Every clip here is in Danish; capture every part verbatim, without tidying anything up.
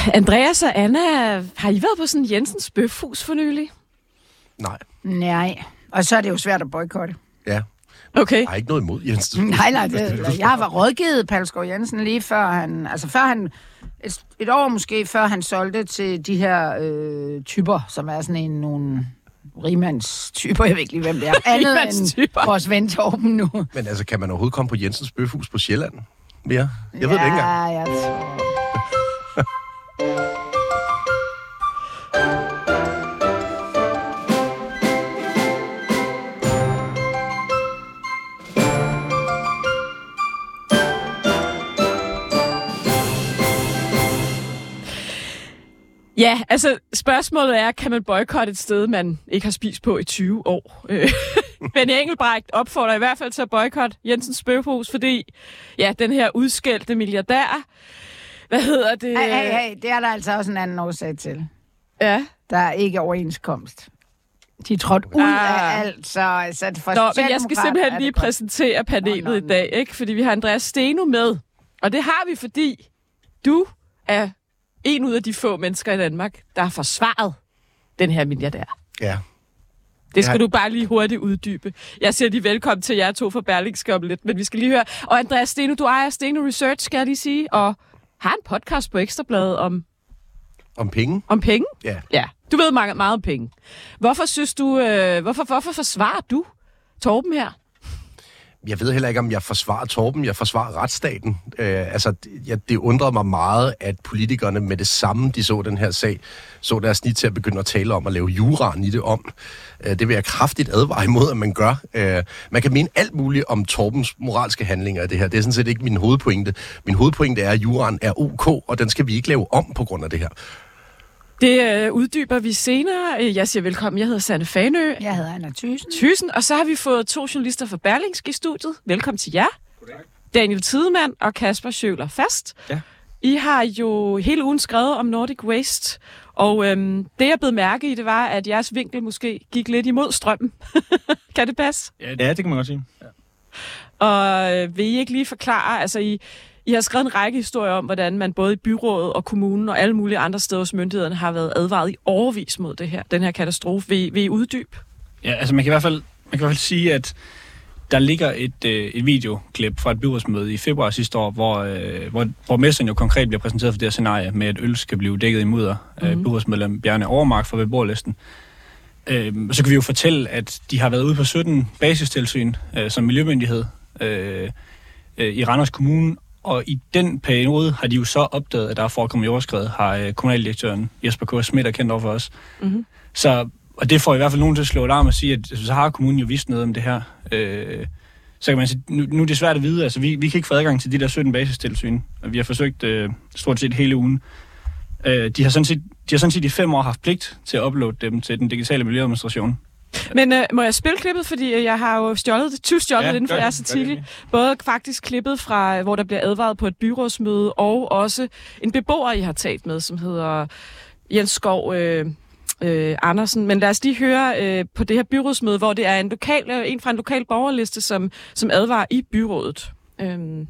Andreas og Anna, har I været på sådan Jensens Bøfhus for nylig? Nej. Nej, og så er det jo svært at boykotte. Ja. Okay. Jeg har ikke noget imod Jens. Nej, nej, det, jeg har rådgivet Palsgaard Jensen lige før han, altså før han, et, et år måske før han solgte til de her øh, typer, som er sådan en, nogle rigmandstyper, jeg ved ikke lige, hvem det er. Andet end vores ven Torben nu. Men altså, kan man overhovedet komme på Jensens Bøfhus på Sjælland mere? Jeg ja, ved det ikke engang. Ja, jeg tror... Ja, altså spørgsmålet er, kan man boykotte et sted, man ikke har spist på i tyve år? Benny Engelbrecht opfordrer i hvert fald til at boykotte Jensens Bøfhus, fordi ja, den her udskældte milliardær, hvad hedder det? Hey, hey, hey, det er der altså også en anden årsag til. Ja. Der er ikke overenskomst. De er trådt ud ah. af alt, så, så det for Nå, men jeg skal simpelthen lige præsentere panelet oh, i dag, ikke? Fordi vi har Andreas Steno med, og det har vi, fordi du er en ud af de få mennesker i Danmark, der har forsvaret den her milliardær. Ja. Det skal ja. du bare lige hurtigt uddybe. Jeg siger lige velkommen til jer to fra Berlingske om lidt, men vi skal lige høre. Og Andreas Steno, du ejer Steno Research, skal jeg lige sige, og har en podcast på Ekstrabladet om... Om penge? Om penge? Ja. Ja, du ved meget, meget om penge. Hvorfor synes du... Øh, hvorfor, hvorfor forsvarer du Torben her? Jeg ved heller ikke, om jeg forsvarer Torben. Jeg forsvarer retsstaten. Øh, altså, ja, det undrede mig meget, at politikerne med det samme, de så den her sag, så deres snit til at begynde at tale om at lave juraen i det om. Øh, det vil jeg kraftigt advare imod, at man gør. Øh, man kan mene alt muligt om Torbens moralske handlinger i det her. Det er sådan set ikke min hovedpointe. Min hovedpointe er, at juraen er ok, og den skal vi ikke lave om på grund af det her. Det øh, uddyber vi senere. Jeg siger velkommen. Jeg hedder Sanne Fanø. Jeg hedder Anna Thyssen. Thyssen. Og så har vi fået to journalister fra Berlingske i studiet. Velkommen til jer. Goddag. Daniel Tidemand og Kasper Schøler Fast. Ja. I har jo hele ugen skrevet om Nordic Waste. Og øhm, det, jeg blev mærke i, det var, at jeres vinkel måske gik lidt imod strømmen. Kan det passe? Ja, det kan man godt sige. Ja. Og øh, vil I ikke lige forklare, altså I... I har skrevet en række historier om, hvordan man både i byrådet og kommunen og alle mulige andre steder hos myndighederne har været advaret i overvis mod det her, den her katastrofe. Vil, vil I uddybe? Ja, altså man kan i hvert fald, man kan i hvert fald sige, at der ligger et, øh, et videoklip fra et byrådsmøde i februar sidste år, hvor, øh, hvor borgmesteren jo konkret bliver præsenteret for det her scenarie med, at øl skal blive dækket i mudder. Mm-hmm. Øh, byrådsmedlem Bjarne Overmark fra beboerlisten. Øh, så kan vi jo fortælle, at de har været ude på sytten basistilsyn øh, som miljømyndighed øh, øh, i Randers Kommune. Og i den periode har de jo så opdaget, at der er forekommet jordskred, har øh, kommunaldirektøren Jesper K. Schmidt erkendt over for os. Mm-hmm. Så, og det får i hvert fald nogen til at slå alarm og sige, at altså, så har kommunen jo vidst noget om det her. Øh, så kan man sige, nu, nu er det svært at vide. Altså, vi, vi kan ikke få adgang til de der sytten basistilsyn, og vi har forsøgt øh, stort set hele ugen. Øh, de, har sådan set, de har sådan set i fem år haft pligt til at uploade dem til den digitale miljøadministration. Men øh, må jeg spille klippet, fordi jeg har jo stjålet det, tyvstjålet ja, inden for jeres artikel. Både faktisk klippet fra, hvor der bliver advaret på et byrådsmøde, og også en beboer, I har talt med, som hedder Jens Skov øh, øh, Andersen. Men lad os lige høre øh, på det her byrådsmøde, hvor det er en, lokal, øh, en fra en lokal borgerliste, som, som advarer i byrådet. Øhm.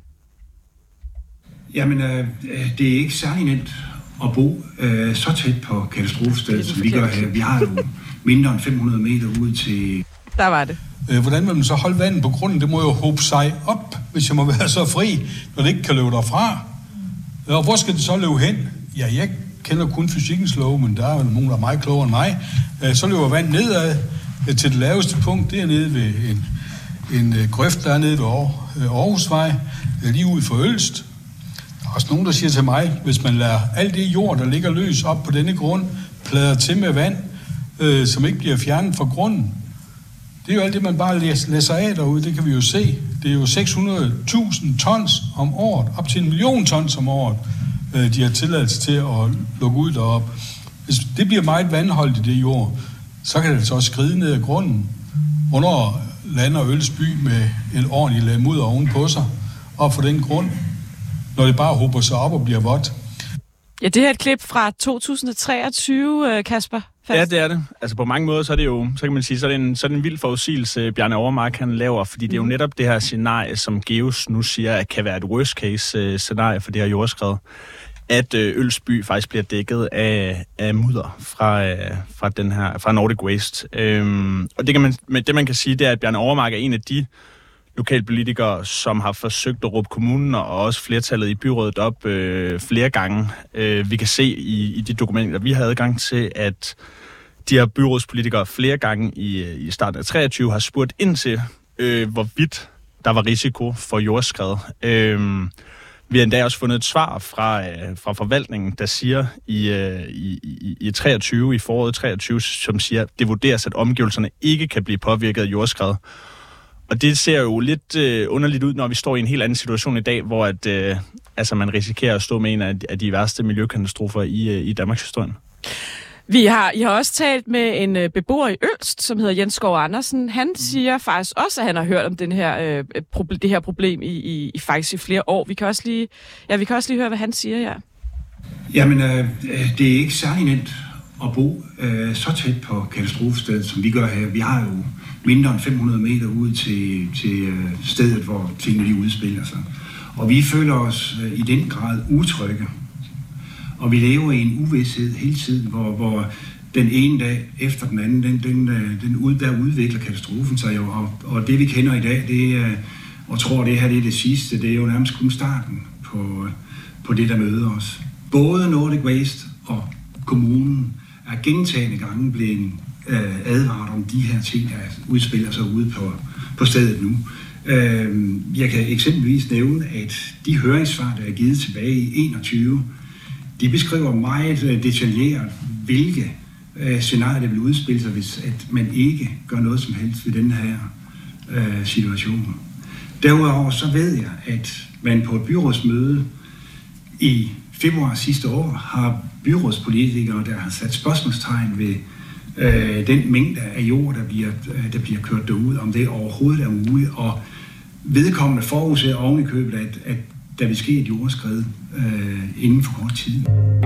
Jamen, øh, det er ikke særlig nemt at bo øh, så tæt på katastrofestedet, som vi gør her. Vi har jo mindre end fem hundrede meter ud til... Der var det. Hvordan vil man så holde vandet på grunden? Det må jo håbe sig op, hvis jeg må være så fri, når det ikke kan løbe derfra. Og hvor skal det så løbe hen? Ja, jeg kender kun fysikkens lov, men der er jo nogen, der er meget klogere end mig. Så løber vand nedad til det laveste punkt. Det er nede ved en, en grøft, der er nede ved Aarhusvej, lige ud for Ølst. Der er også nogen, der siger til mig, hvis man lader alt det jord, der ligger løs op på denne grund, plader til med vand, øh, som ikke bliver fjernet fra grunden. Det er jo alt det, man bare læser af derude, det kan vi jo se. Det er jo seks hundrede tusind tons om året, op til en million tons om året, øh, de har tilladelse til at lukke ud deroppe. Hvis det bliver meget vandholdt i det jord, så kan det så skride ned ad grunden. Hvornår lander Ølsby med en ordentlig lag mudder ovenpå sig, op for den grund, når det bare hober sig op og bliver vådt. Ja, det her er et klip fra to tusind og treogtyve, Kasper. Fast. Ja, det er det. Altså på mange måder, så er det jo, så kan man sige, så er det en, så er det en vild forudsigelse, Bjarne Overmark han laver, fordi mm. det er jo netop det her scenarie, som Geos nu siger, at kan være et worst case scenarie for det her jordskred. at øh, Ølsby faktisk bliver dækket af, af mudder fra, øh, fra, den her, fra Nordic Waste. Øhm, og det, kan man, men det man kan sige, det er, at Bjarne Overmark er en af de lokalpolitikere, som har forsøgt at råbe kommunen og også flertallet i byrådet op øh, flere gange. Øh, vi kan se i, i de dokumenter, vi har adgang til, at de her byrådspolitikere flere gange i, i starten af treogtyve har spurgt ind til, øh, hvorvidt der var risiko for jordskred. Øh, vi har endda også fundet et svar fra, øh, fra forvaltningen, der siger i, øh, i, i, i treogtyve, i foråret treogtyve, som siger, at det vurderes, at omgivelserne ikke kan blive påvirket af jordskred. Og det ser jo lidt øh, underligt ud, når vi står i en helt anden situation i dag, hvor at, øh, altså man risikerer at stå med en af, af de værste miljøkatastrofer i, øh, i Danmarks historie. Vi har, I har også talt med en øh, beboer i Ølst, som hedder Jens Skov Andersen. Han mm. siger faktisk også, at han har hørt om den her, øh, proble- det her problem i, i, i faktisk i flere år. Vi kan også lige, ja, vi kan også lige høre, hvad han siger, ja. Jamen, øh, det er ikke særlig nemt at bo øh, så tæt på katastrofestedet, som vi gør her. Vi har jo mindre end fem hundrede meter ud til, til øh, stedet, hvor tingene de udspiller sig. Og vi føler os øh, i den grad utrygge. Og vi lever i en uvished hele tiden, hvor, hvor den ene dag efter den anden, den, den, den ud, der udvikler katastrofen sig jo. Og, og det vi kender i dag, det er, og tror det her det er det sidste, det er jo nærmest kun starten på, på det, der møder os. Både Nordic Waste og kommunen er gentagende gange blevet øh, advaret om de her ting, der udspiller sig ude på, på stedet nu. Øh, jeg kan eksempelvis nævne, at de høringssvar, der er givet tilbage i enogtyve, de beskriver meget detaljeret, hvilke øh, scenarier, der vil udspille sig, hvis at man ikke gør noget som helst ved den her øh, situation. Derudover så ved jeg, at man på et byrådsmøde i februar sidste år har byrådspolitikere, der har sat spørgsmålstegn ved øh, den mængde af jord, der bliver, der bliver kørt derud, om det overhovedet er muligt, og vedkommende forudser oven i købet, at, at der vil ske et jordskred øh, inden for kort tid.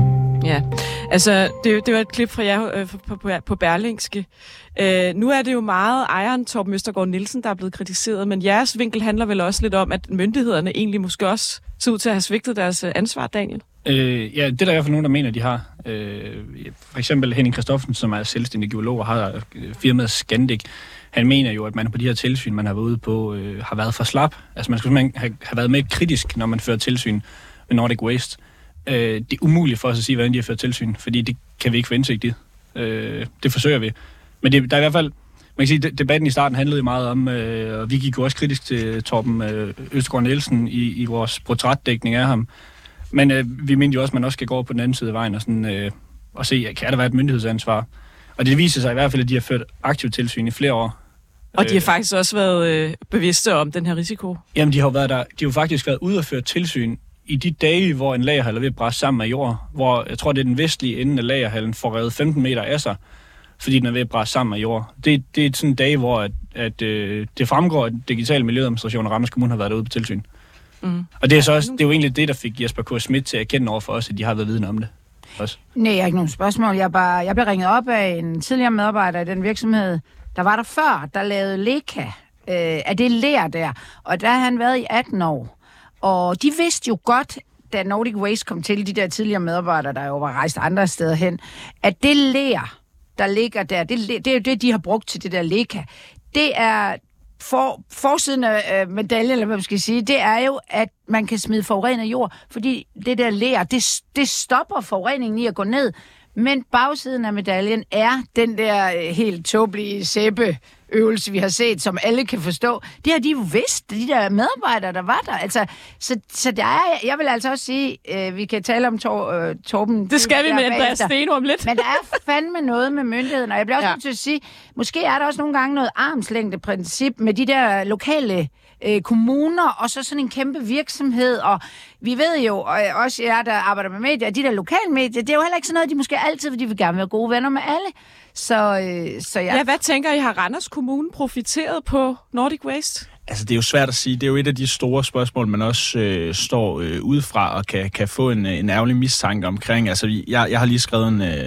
Ja, altså det, det var et klip fra jer øh, på, på, på Berlingske. Øh, nu er det jo meget ejeren Torben Østergaard Nielsen, der er blevet kritiseret, men jeres vinkel handler vel også lidt om, at myndighederne egentlig måske også ser ud til at have svigtet deres ansvar, Daniel? Øh, ja, det er der i hvert fald nogen, der mener, de har. Øh, for eksempel Henning Christoffersen, som er selvstændig geolog og har firmaet Scandic. Han mener jo, at man på de her tilsyn, man har været ude på, øh, har været for slap. Altså man skulle simpelthen have, have været mere kritisk, når man fører tilsyn med Nordic Waste. Øh, det er umuligt for os at sige, hvordan de har ført tilsyn, fordi det kan vi ikke få indsigt i. Øh, det forsøger vi. Men det, der er i hvert fald, man kan sige, debatten i starten handlede meget om, øh, og vi gik jo også kritisk til Torben øh, Østergaard Nielsen i, i vores portrætdækning af ham. Men øh, vi mente jo også, at man også skal gå over på den anden side af vejen og, sådan, øh, og se, kan der være et myndighedsansvar? Og det viser sig i hvert fald, at de har ført aktivt tilsyn i flere år. Og de har faktisk også været øh, bevidste om den her risiko. Jamen, de har været der. De har jo faktisk været ude og føre tilsyn i de dage, hvor en lagerhal er ved at bræse sammen med jord. Hvor jeg tror, det er den vestlige ende af lagerhallen får revet femten meter af sig, fordi den er ved at bræse sammen med jord. Det, det er sådan en dag, hvor at, at, øh, det fremgår, at Digital Miljøadministration og Randers Kommune har været ude på tilsyn. Mm. Og det er, så også, det er jo egentlig det, der fik Jesper K. Schmidt til at erkende over for os, at de har været viden om det. Også. Nej, jeg har ikke nogen spørgsmål. Jeg, bare, jeg blev ringet op af en tidligere medarbejder i den virksomhed, der var der før, der lavede Leka, øh, af det ler der. Og der har han været i atten år. Og de vidste jo godt, da Nordic Waste kom til, de der tidligere medarbejdere, der jo var rejst andre steder hen, at det ler, der ligger der, det, det er jo det, de har brugt til det der Leka. Det er for, forsiden af øh, medaljen, eller hvad man skal sige, det er jo, at man kan smide forurenet jord, fordi det der ler, det, det stopper forureningen i at gå ned. Men bagsiden af medaljen er den der helt tåbelige sæbeøvelse, vi har set, som alle kan forstå. Det har de jo vidst, de der medarbejdere, der var der. Altså, så, så der er, jeg vil altså også sige, øh, vi kan tale om Tor, øh, Torben. Det skal vi med Andreas Steno om lidt. Men der er fandme noget med myndigheden, og jeg bliver også ja. nødt til at sige, måske er der også nogle gange noget armslængdeprincip med de der lokale øh, kommuner, og så sådan en kæmpe virksomhed, og vi ved jo, og også jer, der arbejder med medier, de der lokale medier, det er jo heller ikke sådan noget, de måske altid, fordi de vil gerne være gode venner med alle. Så, øh, så ja. Ja, hvad tænker I, har Randers Kommune profiteret på Nordic Waste? Altså, det er jo svært at sige. Det er jo et af de store spørgsmål, man også øh, står øh, udefra og kan, kan få en, en ærgerlig mistanke omkring. Altså, jeg, jeg har lige skrevet en, øh,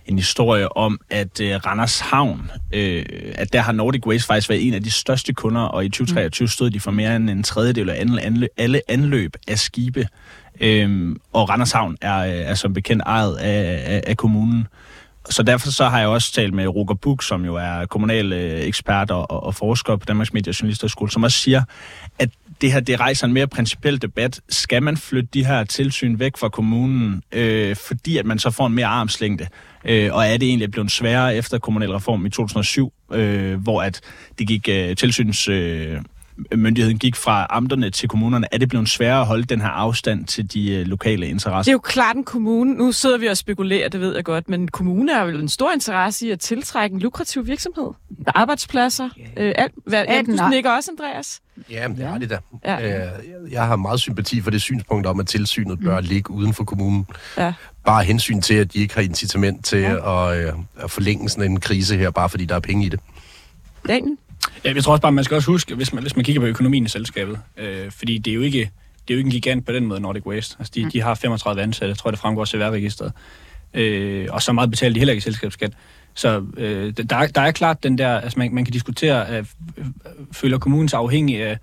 en historie om, at øh, Randers Havn, øh, at der har Nordic Waste faktisk været en af de største kunder, og i tyve treogtyve stod de for mere end en tredjedel af anløb, alle anløb af skibe. Øh, og Randers Havn er, er som bekendt ejet af, af, af kommunen. Så derfor så har jeg også talt med Roger Buch, som jo er kommunal øh, ekspert og, og forsker på Danmarks Medie- og Journalisterskole, som også siger, at det her det rejser en mere principiel debat. Skal man flytte de her tilsyn væk fra kommunen, øh, fordi at man så får en mere armslængde? Øh, og er det egentlig blevet sværere efter kommunalreformen i to tusind og syv, øh, hvor at det gik øh, tilsyns... Øh, myndigheden gik fra amterne til kommunerne, er det blevet sværere at holde den her afstand til de øh, lokale interesser? Det er jo klart en kommune. Nu sidder vi og spekulerer, det ved jeg godt, men en kommune er jo en stor interesse i at tiltrække en lukrativ virksomhed. Arbejdspladser. Øh, alt. Hvad, ja, du nikker også, Andreas? Ja, det er det da. Ja. Øh, jeg har meget sympati for det synspunkt om, at tilsynet bør mm. ligge uden for kommunen. Ja. Bare hensyn til, at de ikke har incitament til ja. at, øh, at forlænge sådan en krise her, bare fordi der er penge i det. Daniel? Ja, jeg tror også bare, man skal også huske, hvis man, hvis man kigger på økonomien i selskabet, øh, fordi det er jo ikke det er jo ikke en gigant på den måde, Nordic Waste. Altså, de, mm. de har femogtredive ansatte, jeg tror, det fremgår af C V R-registret. Øh, og så meget betaler de heller ikke selskabsskat. Så øh, der, der er klart den der, altså man, man kan diskutere, at føler kommunen sig afhængig af,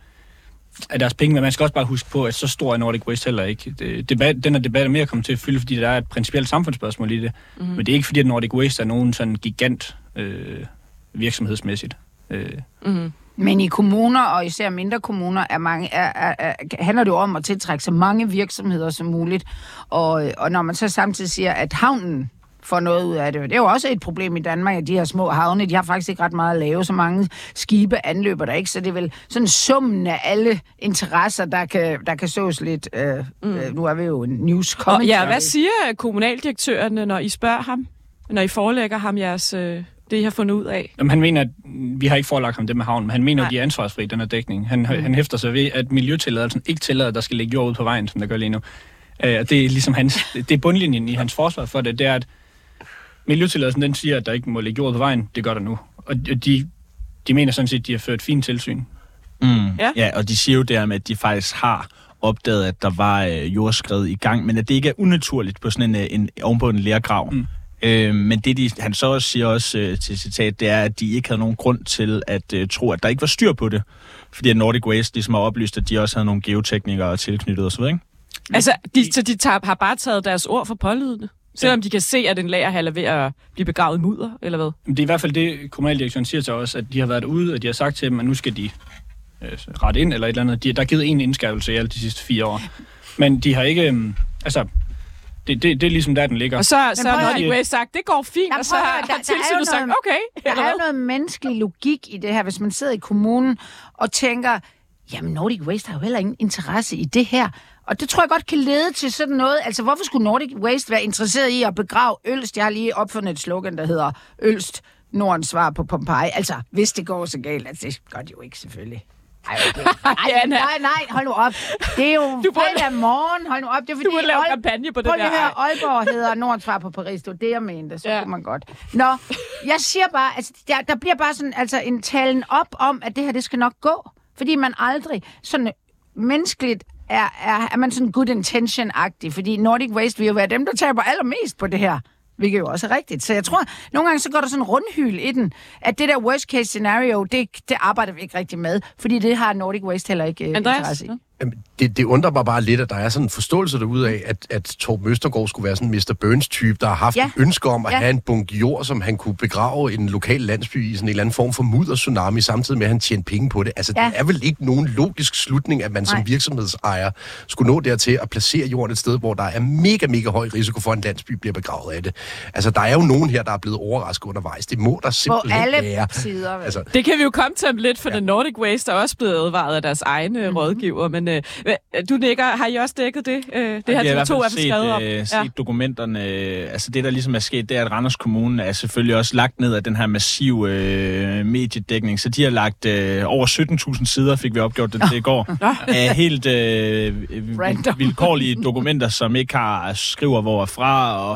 af deres penge, men man skal også bare huske på, at så stor er Nordic Waste heller ikke. Det, debat, den her debat er mere kommet til at fylde, fordi der er et principielt samfundsspørgsmål i det. Mm. Men det er ikke fordi, at Nordic Waste er nogen sådan gigant øh, virksomhedsmæssigt. Øh. Mm. Men i kommuner, og især mindre kommuner, er mange, er, er, er, handler det jo om at tiltrække så mange virksomheder som muligt. Og, og når man så samtidig siger, at havnen får noget ud af det, det er jo også et problem i Danmark, at de her små havne, de har faktisk ikke ret meget at lave, så mange skibe anløber der ikke, så det er vel sådan summen af alle interesser, der kan, der kan sås lidt. Øh, mm. øh, nu er vi jo en news commentary. Ja, hvad siger kommunaldirektørerne, når I spørger ham, når I forelægger ham jeres... Øh det, I har fundet ud af? Jamen, han mener, at vi har ikke forelagt ham det med havnen, men han mener, Nej. at de er ansvarsfri, den her dækning. Han, mm. han hæfter sig ved, at miljøtilladelsen ikke tillader, at der skal ligge jord ud på vejen, som der gør lige nu. Uh, det er ligesom hans, det er bundlinjen i hans forsvar for det, det er, at miljøtilladelsen, den siger, at der ikke må ligge jord ud på vejen. Det gør der nu. Og de, de mener sådan set, at de har ført fint tilsyn. Mm. Ja. ja, og de siger jo dermed, at de faktisk har opdaget, at der var øh, jordskred i gang, men at det ikke er unaturligt på sådan en, en ovenpå en lergrav. Mm. Øh, men det, de, han så også siger også øh, til citat, det er, at de ikke havde nogen grund til at øh, tro, at der ikke var styr på det. Fordi at Nordic Waste ligesom har oplyst, at de også havde nogle geoteknikere tilknyttet osv., ikke? Altså, de, så de tager, har bare taget deres ord for pålydende? Selvom de kan se, at en lagerhal er ved at blive begravet i mudder, eller hvad? Det er i hvert fald det, kommunaldirektøren siger til os, at de har været ude, og de har sagt til dem, at nu skal de øh, rette ind, eller et eller andet. De, der er givet en indskærvelse i alle de sidste fire år. Men de har ikke... Øh, altså... Det, det, det er ligesom der, den ligger. Og så, så har Nordic Waste sagt, det går fint, der, og så har tilsynet sagt, okay. Der er jo noget menneskelig logik i det her, hvis man sidder i kommunen og tænker, jamen Nordic Waste har jo heller ingen interesse i det her. Og det tror jeg godt kan lede til sådan noget. Altså, hvorfor skulle Nordic Waste være interesseret i at begrave Ølst? Jeg har lige opfundet et slogan, der hedder Ølst, Nordens svar på Pompeji. Altså, hvis det går så galt, altså, det gør det jo ikke selvfølgelig. Ej, okay. nej, nej, nej, hold nu op. Det er jo fredag morgen, hold nu op. Det er fordi, du må lave kampagne på det der. Her, Aalborg hedder Nordens svar på Paris. Det var det, jeg mente. Så ja. kunne man godt. Nå, jeg siger bare, altså, der, der bliver bare sådan altså, en talen op om, at det her, det skal nok gå. Fordi man aldrig sådan menneskeligt er, er, er man sådan good intention-agtig. Fordi Nordic Waste vil jo være dem, der taber allermest på det her. Hvilket jo også er rigtigt. Så jeg tror, nogle gange så går der sådan en rundhyl i den, at det der worst case scenario, det, det arbejder vi ikke rigtig med, fordi det har Nordic Waste heller ikke uh, interesse i. Det, det undrer mig bare lidt, at der er sådan en forståelse derude af, at, at Torben Østergaard skulle være sådan en mister Burns-type, der har haft ja. et ønske om at ja. have en bunke jord, som han kunne begrave i en lokal landsby i sådan en eller anden form for mudder-tsunami, samtidig med, at han tjente penge på det. Altså, ja. det er vel ikke nogen logisk slutning, at man Nej. som virksomhedsejer skulle nå dertil at placere jorden et sted, hvor der er mega, mega høj risiko for, at en landsby bliver begravet af det. Altså, der er jo nogen her, der er blevet overrasket undervejs. Det må der simpelthen på alle være. Sider, altså, det kan vi jo komme til om lidt, for ja. den Nordic Waste er også blevet advaret af deres egne mm-hmm. rådgiver, men øh, du nikker, har I også dækket det? Øh, det her T V to er skrevet om. Jeg har set ja. dokumenterne. Øh, altså det, der ligesom er sket, det er, at Randers Kommune er selvfølgelig også lagt ned af den her massive øh, mediedækning. Så de har lagt øh, over sytten tusind sider, fik vi opgjort det til i går, af helt øh, vilkårlige dokumenter, som ikke har skriver hvorfra, og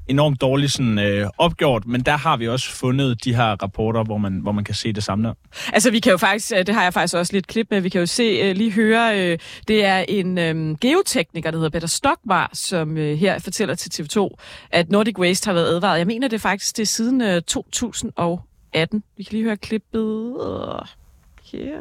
enormt dårligt sådan, øh, opgjort, men der har vi også fundet de her rapporter, hvor man, hvor man kan se det samme der. Altså, vi kan jo faktisk, det har jeg faktisk også lidt klip med, vi kan jo se, lige høre, det er en øhm, geotekniker, der hedder Peter Stockmar, som øh, her fortæller til T V to, at Nordic Waste har været advaret. Jeg mener det faktisk, det er siden øh, to tusind og atten. Vi kan lige høre klippet. Her.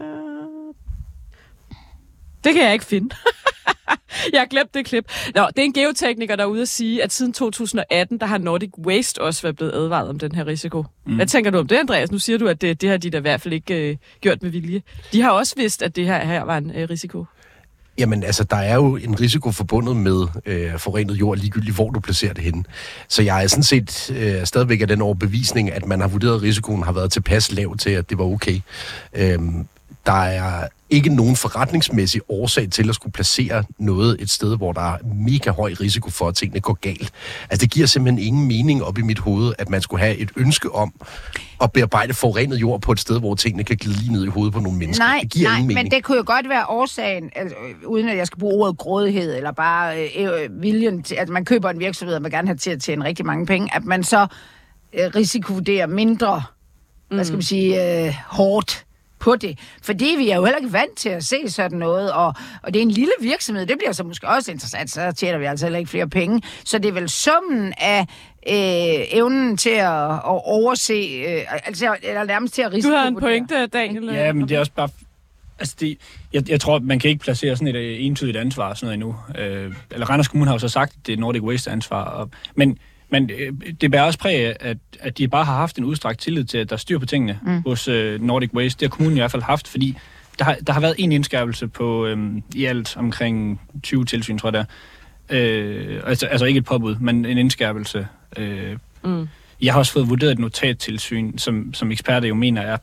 Det kan jeg ikke finde. Jeg har glemt det klip. Nå, det er en geotekniker, der er ude at sige, at siden to tusind og atten, der har Nordic Waste også været blevet advaret om den her risiko. Mm. Hvad tænker du om det, Andreas? Nu siger du, at det, det har de da i hvert fald ikke øh, gjort med vilje. De har også vidst, at det her, her var en øh, risiko. Jamen altså, der er jo en risiko forbundet med øh, forurenet jord, ligegyldigt hvor du placerer det henne. Så jeg er sådan set øh, stadigvæk af den overbevisning, at man har vurderet, at risikoen har været tilpas lav til, at det var okay. Øhm, der er ikke nogen forretningsmæssig årsag til at skulle placere noget et sted, hvor der er mega høj risiko for, at tingene går galt. Altså, det giver simpelthen ingen mening op i mit hoved, at man skulle have et ønske om at bearbejde forurenet jord på et sted, hvor tingene kan glide lige ned i hovedet på nogle mennesker. Nej, det giver nej, ingen mening. Men det kunne jo godt være årsagen, altså, uden at jeg skal bruge ordet grådighed, eller bare øh, øh, viljen til, at man køber en virksomhed, og man gerne have til at tjene rigtig mange penge, at man så øh, risikovurderer mindre, mm. hvad skal man sige, øh, hårdt på det. Fordi vi er jo heller ikke vant til at se sådan noget, og, og det er en lille virksomhed, det bliver så måske også interessant, så tjener vi altså heller ikke flere penge. Så det er vel summen af øh, evnen til at, at overse, øh, altså, eller nærmest til at risikovurdere. Du har en pointe, Daniel. Ja, men det er også bare... Altså, det, jeg, jeg tror, man kan ikke placere sådan et entydigt ansvar sådan noget endnu. Øh, eller Randers Kommune har jo så sagt, at det er Nordic Waste ansvar. Og, men Men øh, det bærer også præg af, at, at de bare har haft en udstrakt tillid til, at der styr på tingene mm. hos øh, Nordic Waste. Det har kommunen i hvert fald haft, fordi der har, der har været en indskærpelse på øh, i alt omkring tyve tilsyn, tror jeg der. Øh, altså, altså ikke et påbud, men en indskærpelse. Øh, mm. Jeg har også fået vurderet et notattilsyn, som, som eksperter jo mener er,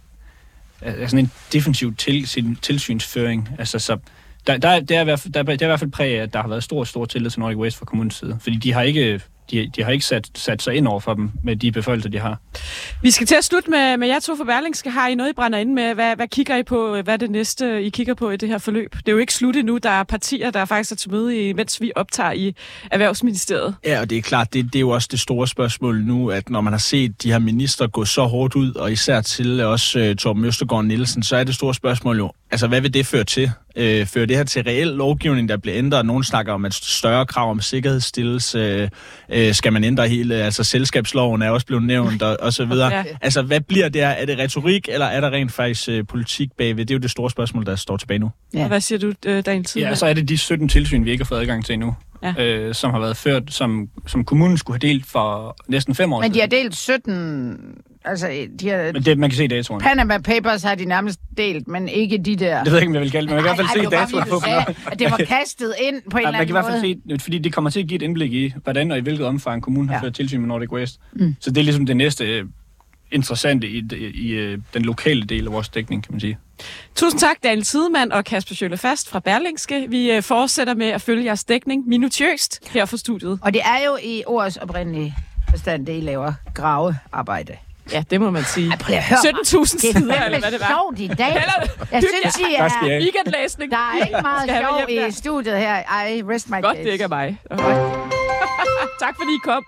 er sådan en defensiv til, tilsynsføring. Altså, så der, der, der, er i hvert fald, der, der er i hvert fald præg af, at der har været stor, stor tillid til Nordic Waste fra kommunens side. Fordi de har ikke... De, de har ikke sat, sat sig ind over for dem med de beføjelser, de har. Vi skal til at slutte med, med jer to fra Berlingske. Har I noget, I brænder ind med? Hvad, hvad kigger I på? Hvad er det næste, I kigger på i det her forløb? Det er jo ikke slut endnu. Der er partier, der faktisk er til møde, i, mens vi optager i Erhvervsministeriet. Ja, og det er klart, det, det er jo også det store spørgsmål nu, at når man har set de her minister gå så hårdt ud, og især til også uh, Torben Østergaard Nielsen, så er det store spørgsmål jo, altså hvad vil det føre til? Øh, fører det her til reel lovgivning, der bliver ændret? Nogen snakker om et større krav om sikkerhedsstilles. Øh, øh, skal man ændre hele... Altså selskabsloven er også blevet nævnt, og, og så videre. Ja. Altså, hvad bliver det her? Er det retorik, eller er der rent faktisk øh, politik bagved? Det er jo det store spørgsmål, der står tilbage nu. Ja. Hvad siger du, Daniel Tidemand? Ja, så er det de sytten tilsyn, vi ikke har fået adgang til endnu. Ja. Øh, som har været ført, som, som kommunen skulle have delt for næsten fem år siden. Men de har delt sytten... Altså, de har... Men det, man kan se datoen. Panama Papers har de nærmest delt, men ikke de der... Det ved jeg ikke, om jeg vil kalde det, men man kan i hvert fald se datoen på dem. At det var kastet ind på en ja, eller anden måde. Man kan i hvert fald se, fordi det kommer til at give et indblik i, hvordan og i hvilket omfang kommunen har ja. ført tilsyn med Nordic Waste. Mm. Så det er ligesom det næste uh, interessante i, i uh, den lokale del af vores dækning, kan man sige. Tusind tak, Daniel Tidemand og Kasper Schøller Fast fra Berlingske. Vi uh, fortsætter med at følge jeres dækning minutiøst her fra studiet. Og det er jo i ordets oprindelige forstand, det I laver gravearbejde. Ja, det må man sige. Ja, sytten tusind sider, eller hvad det var. Sjovt i dag. Jeg synes, I er... Weekendlæsning. Der er ikke meget sjov i studiet her. I rest my case. Godt, det ikke er mig. Tak fordi I kom.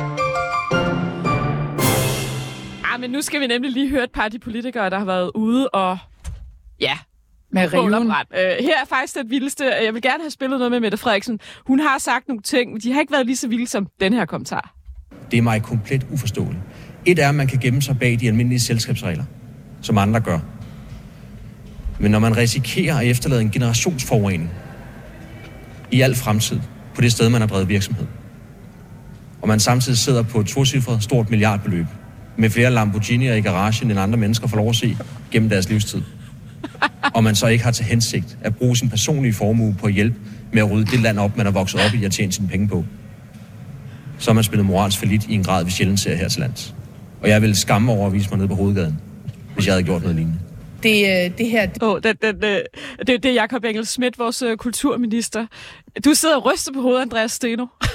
Ah, men nu skal vi nemlig lige høre et par af de politikere, der har været ude og... Ja, med riven. Uh, her er faktisk det vildeste. Jeg vil gerne have spillet noget med Mette Frederiksen. Hun har sagt nogle ting, men de har ikke været lige så vilde som den her kommentar. Det er mig komplet uforståeligt. Et er, at man kan gemme sig bag de almindelige selskabsregler, som andre gør. Men når man risikerer at efterlade en generationsforurening i al fremtid på det sted, man har drevet virksomhed, og man samtidig sidder på et tocifret stort milliardbeløb med flere Lamborghini'er i garagen, end andre mennesker får lov at se gennem deres livstid, og man så ikke har til hensigt at bruge sin personlige formue på at hjælpe med at rydde det land op, man er vokset op i og tjene sine penge på, så har man spillet moralsk fallit i en grad, vi sjældent ser her til lands. Og jeg ville skamme over at vise mig ned på hovedgaden, hvis jeg havde gjort noget lignende. Det, det her... Oh, det, det, det, det, det er Jakob Engel Schmidt, vores uh, kulturminister. Du sidder og ryster på hovedet, Andreas Steno.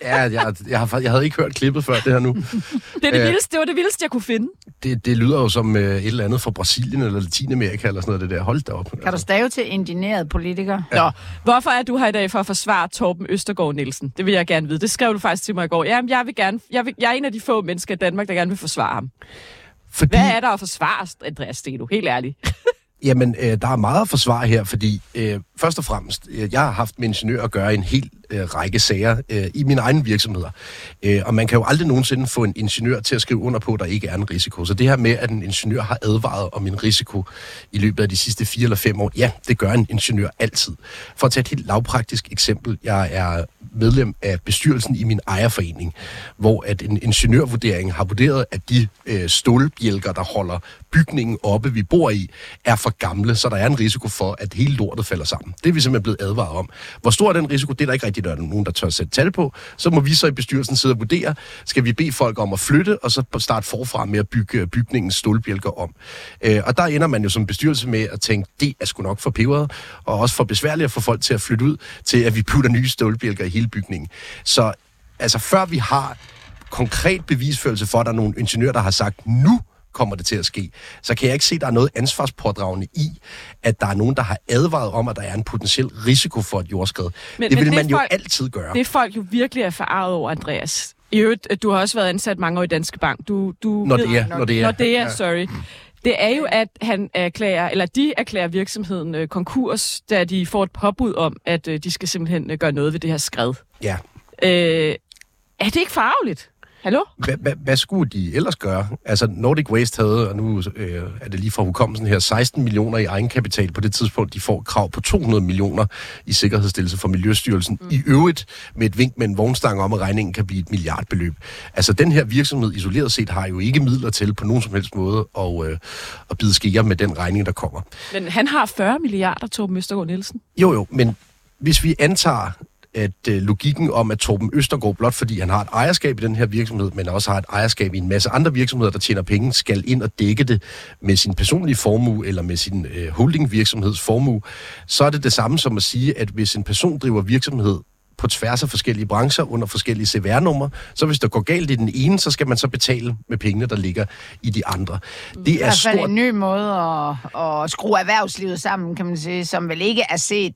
Ja, jeg, jeg, har, jeg havde ikke hørt klippet før det her nu. Det, er det, vildeste, det var det vildeste, jeg kunne finde. Det, det lyder jo som øh, et eller andet fra Brasilien eller Latinamerika eller sådan noget, det der. Hold da op. Kan du stave til indigneret politiker? Ja. Nå, hvorfor er du her i dag for at forsvare Torben Østergaard Nielsen? Det vil jeg gerne vide. Det skrev du faktisk til mig i går. Jamen, jeg, vil gerne, jeg, vil, jeg er en af de få mennesker i Danmark, der gerne vil forsvare ham. Fordi... Hvad er der at forsvare, Andreas Steno? Helt ærligt. Jamen, øh, der er meget at forsvare her, fordi øh, først og fremmest, øh, jeg har haft med ingeniør at gøre en hel øh, række sager øh, i mine egne virksomheder. Øh, og man kan jo aldrig nogensinde få en ingeniør til at skrive under på, at der ikke er en risiko. Så det her med, at en ingeniør har advaret om en risiko i løbet af de sidste fire eller fem år, ja, det gør en ingeniør altid. For at tage et helt lavpraktisk eksempel, jeg er medlem af bestyrelsen i min ejerforening, hvor at en ingeniørvurdering har vurderet, at de øh, stålbjælker, der holder bygningen oppe, vi bor i, er for gamle, så der er en risiko for, at hele lortet falder sammen. Det er vi simpelthen blevet advaret om. Hvor stor er den risiko? Det er der ikke rigtig der er nogen, der tør sætte tal på. Så må vi så i bestyrelsen sidde og vurdere, skal vi bede folk om at flytte, og så starte forfra med at bygge bygningens stålbjælker om. Øh, og der ender man jo som bestyrelse med at tænke, det er sgu nok for peberet, og også for besværligt at få folk til at flytte ud, til at vi putter nye stålbjælker i hele bygningen. Så altså før vi har konkret bevisførelse for, at der er nogle ingeniører, der har sagt, nu kommer det til at ske, så kan jeg ikke se, at der er noget ansvarspådragende i, at der er nogen, der har advaret om, at der er en potentiel risiko for et jordskred. Men, det vil men man det jo folk, altid gøre. Det er folk jo virkelig er forarvet over, Andreas. I øvrigt, du har også været ansat mange år i Danske Bank. Du, du når, det er, når det er. Når det er, sorry. Det er jo, at han erklærer, eller de erklærer virksomheden øh, konkurs, da de får et påbud om, at øh, de skal simpelthen øh, gøre noget ved det her skred. Ja. Øh, er det ikke forarveligt? Hallo? Hvad skulle de ellers gøre? Altså, Nordic Waste havde, og nu øh, er det lige fra hukommelsen her, seksten millioner i egenkapital på det tidspunkt. De får krav på to hundrede millioner i sikkerhedsstillelse fra Miljøstyrelsen. Mm. I øvrigt med et vink med en vognstang om, at regningen kan blive et milliardbeløb. Altså, den her virksomhed isoleret set har jo ikke midler til på nogen som helst måde at, øh, at bide skære med den regning, der kommer. Men han har fyrre milliarder, Torben Østergaard Nielsen. Jo, jo, men hvis vi antager at øh, logikken om, at Torben Østergaard, blot fordi han har et ejerskab i den her virksomhed, men også har et ejerskab i en masse andre virksomheder, der tjener penge, skal ind og dække det med sin personlige formue eller med sin øh, holdingvirksomheds formue, så er det det samme som at sige, at hvis en person driver virksomhed på tværs af forskellige brancher under forskellige C V R-numre, så hvis der går galt i den ene, så skal man så betale med pengene, der ligger i de andre. Det er i hvert fald en ny måde at, at skrue erhvervslivet sammen, kan man sige, som vel ikke er set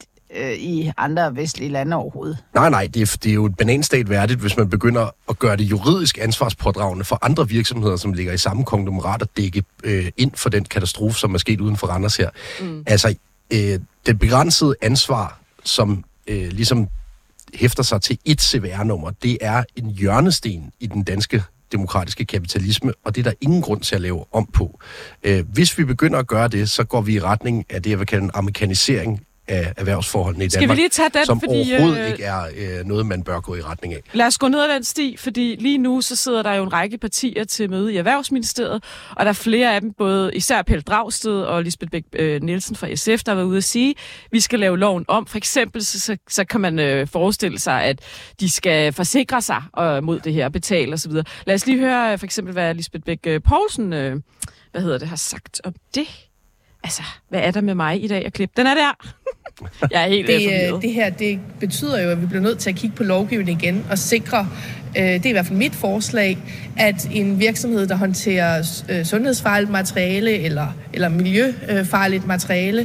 i andre vestlige lande overhovedet. Nej, nej, det er, det er jo et bananstat værdigt, hvis man begynder at gøre det juridisk ansvarspådragende for andre virksomheder, som ligger i samme konglomerat, at dække øh, ind for den katastrofe, som er sket uden for Randers her. Mm. Altså, øh, det begrænsede ansvar, som øh, ligesom hæfter sig til et C V R-nummer, det er en hjørnesten i den danske demokratiske kapitalisme, og det er der ingen grund til at lave om på. Øh, hvis vi begynder at gøre det, så går vi i retning af det, jeg vil kalde en amerikanisering af erhvervsforholdene i Danmark, Skal vi lige tage den, som fordi, overhovedet øh, ikke er øh, noget, man bør gå i retning af. Lad os gå ned ad den sti, fordi lige nu så sidder der jo en række partier til møde i Erhvervsministeriet, og der er flere af dem, både især Pelle Dragsted og Lisbeth Bech øh, Nielsen fra S F, der var ude at sige, at vi skal lave loven om. For eksempel så, så, så kan man øh, forestille sig, at de skal forsikre sig øh, mod det her, betale osv. Lad os lige høre øh, for eksempel, hvad Lisbeth Bech øh, Poulsen øh, hvad hedder det, har sagt om det. Altså, hvad er der med mig i dag at klippe? Den er der. Jeg er helt det, det her, det betyder jo, at vi bliver nødt til at kigge på lovgivningen igen og sikre, øh, det er i hvert fald mit forslag, at en virksomhed, der håndterer øh, sundhedsfarligt materiale eller, eller miljøfarligt materiale,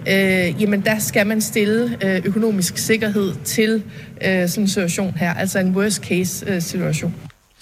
øh, jamen der skal man stille øh, økonomisk sikkerhed til øh, sådan en situation her, altså en worst case øh, situation.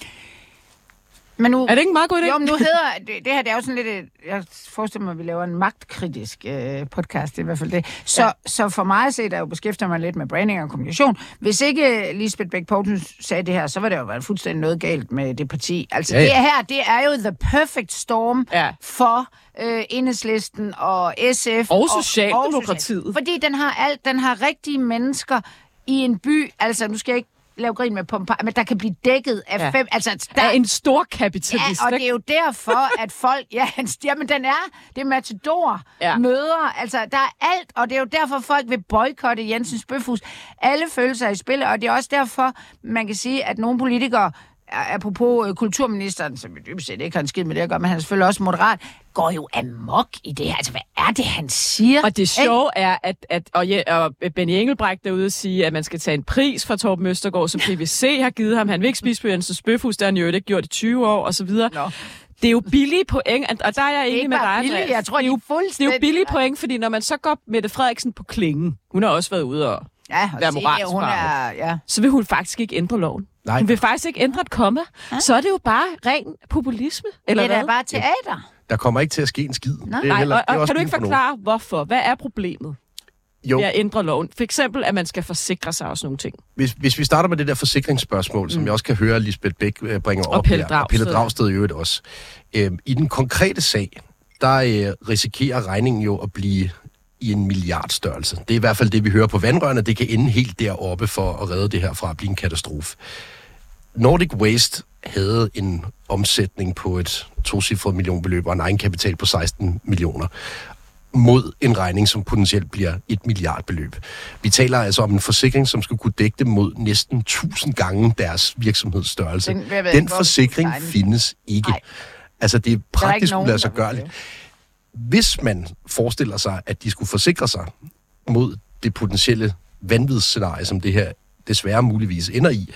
Men nu, er det ikke en meget god idé? Jo, men nu hedder det, det her, det er jo sådan lidt, et, jeg forestiller mig, at vi laver en magtkritisk øh, podcast, det er i hvert fald det. Så, ja. så for mig at se, der jo beskæftiger mig lidt med branding og kommunikation. Hvis ikke Lisbeth Bech Poulsen sagde det her, så var det jo været fuldstændig noget galt med det parti. Altså ja, ja. det her, det er jo the perfect storm ja. for øh, Enhedslisten og S F. Og Socialdemokratiet. Og, og fordi den har alt, den har rigtige mennesker i en by, altså nu skal jeg ikke lave grin med Pompeji, men der kan blive dækket af ja. fem... Altså, der er en stor kapitalist. Ja, og det er jo derfor, at folk... Ja, jamen den er... Det er Matador, ja. møder, altså der er alt, og det er jo derfor, folk vil boykotte Jensens Bøfhus. Alle følelser i spil, og det er også derfor, man kan sige, at nogle politikere apropos øh, kulturministeren, som jo dybest set ikke har en skid med det at gøre, men han er selvfølgelig også moderat, går jo amok i det her. Altså, hvad er det, han siger? Og det sjove er, at, at og, ja, og Benny Engelbrecht derude og sige, at man skal tage en pris fra Torben Østergaard, som P V C har givet ham. Han vil ikke spise på Jensens Bøfhus, der har han jo ikke gjort i tyve år, og så videre. Nå. Det er jo billige point, og der er jeg enig med dig. Jeg tror, det er jo fuldstændig. Det er jo billige point, fordi når man så går Mette Frederiksen på klingen, hun har også været ude og ja, og være se, moralsk hun er, ja. så vil hun faktisk ikke ændre loven. Nej. Hun vil faktisk ikke ændre et komma. Ja. Så er det jo bare ren populisme. Eller det er hvad? bare teater. Der kommer ikke til at ske en skid. Nej, det er heller, og, og kan du ikke forklare, hvorfor? Hvad er problemet? Jo. Ved at ændre loven. For eksempel, at man skal forsikre sig og sådan nogle ting. Hvis, hvis vi starter med det der forsikringsspørgsmål, mm. som jeg også kan høre, Lisbeth Bech bringer og op Pelle her, og Pelle Dragsted i øvrigt også. Øhm, I den konkrete sag, der øh, risikerer regningen jo at blive i en milliardstørrelse. Det er i hvert fald det, vi hører på vandrørene. Det kan ende helt deroppe for at redde det her fra at blive en katastrofe. Nordic Waste havde en omsætning på et tocifret millionbeløb og en egenkapital på seksten millioner. Mod en regning, som potentielt bliver et milliardbeløb. Vi taler altså om en forsikring, som skal kunne dække dem mod næsten tusind gange deres virksomhedsstørrelse. Den, ved, Den forsikring findes ikke. Nej. Altså, det er praktisk uladsiggørligt. Hvis man forestiller sig, at de skulle forsikre sig mod det potentielle vanvidsscenarie, som det her desværre muligvis ender i,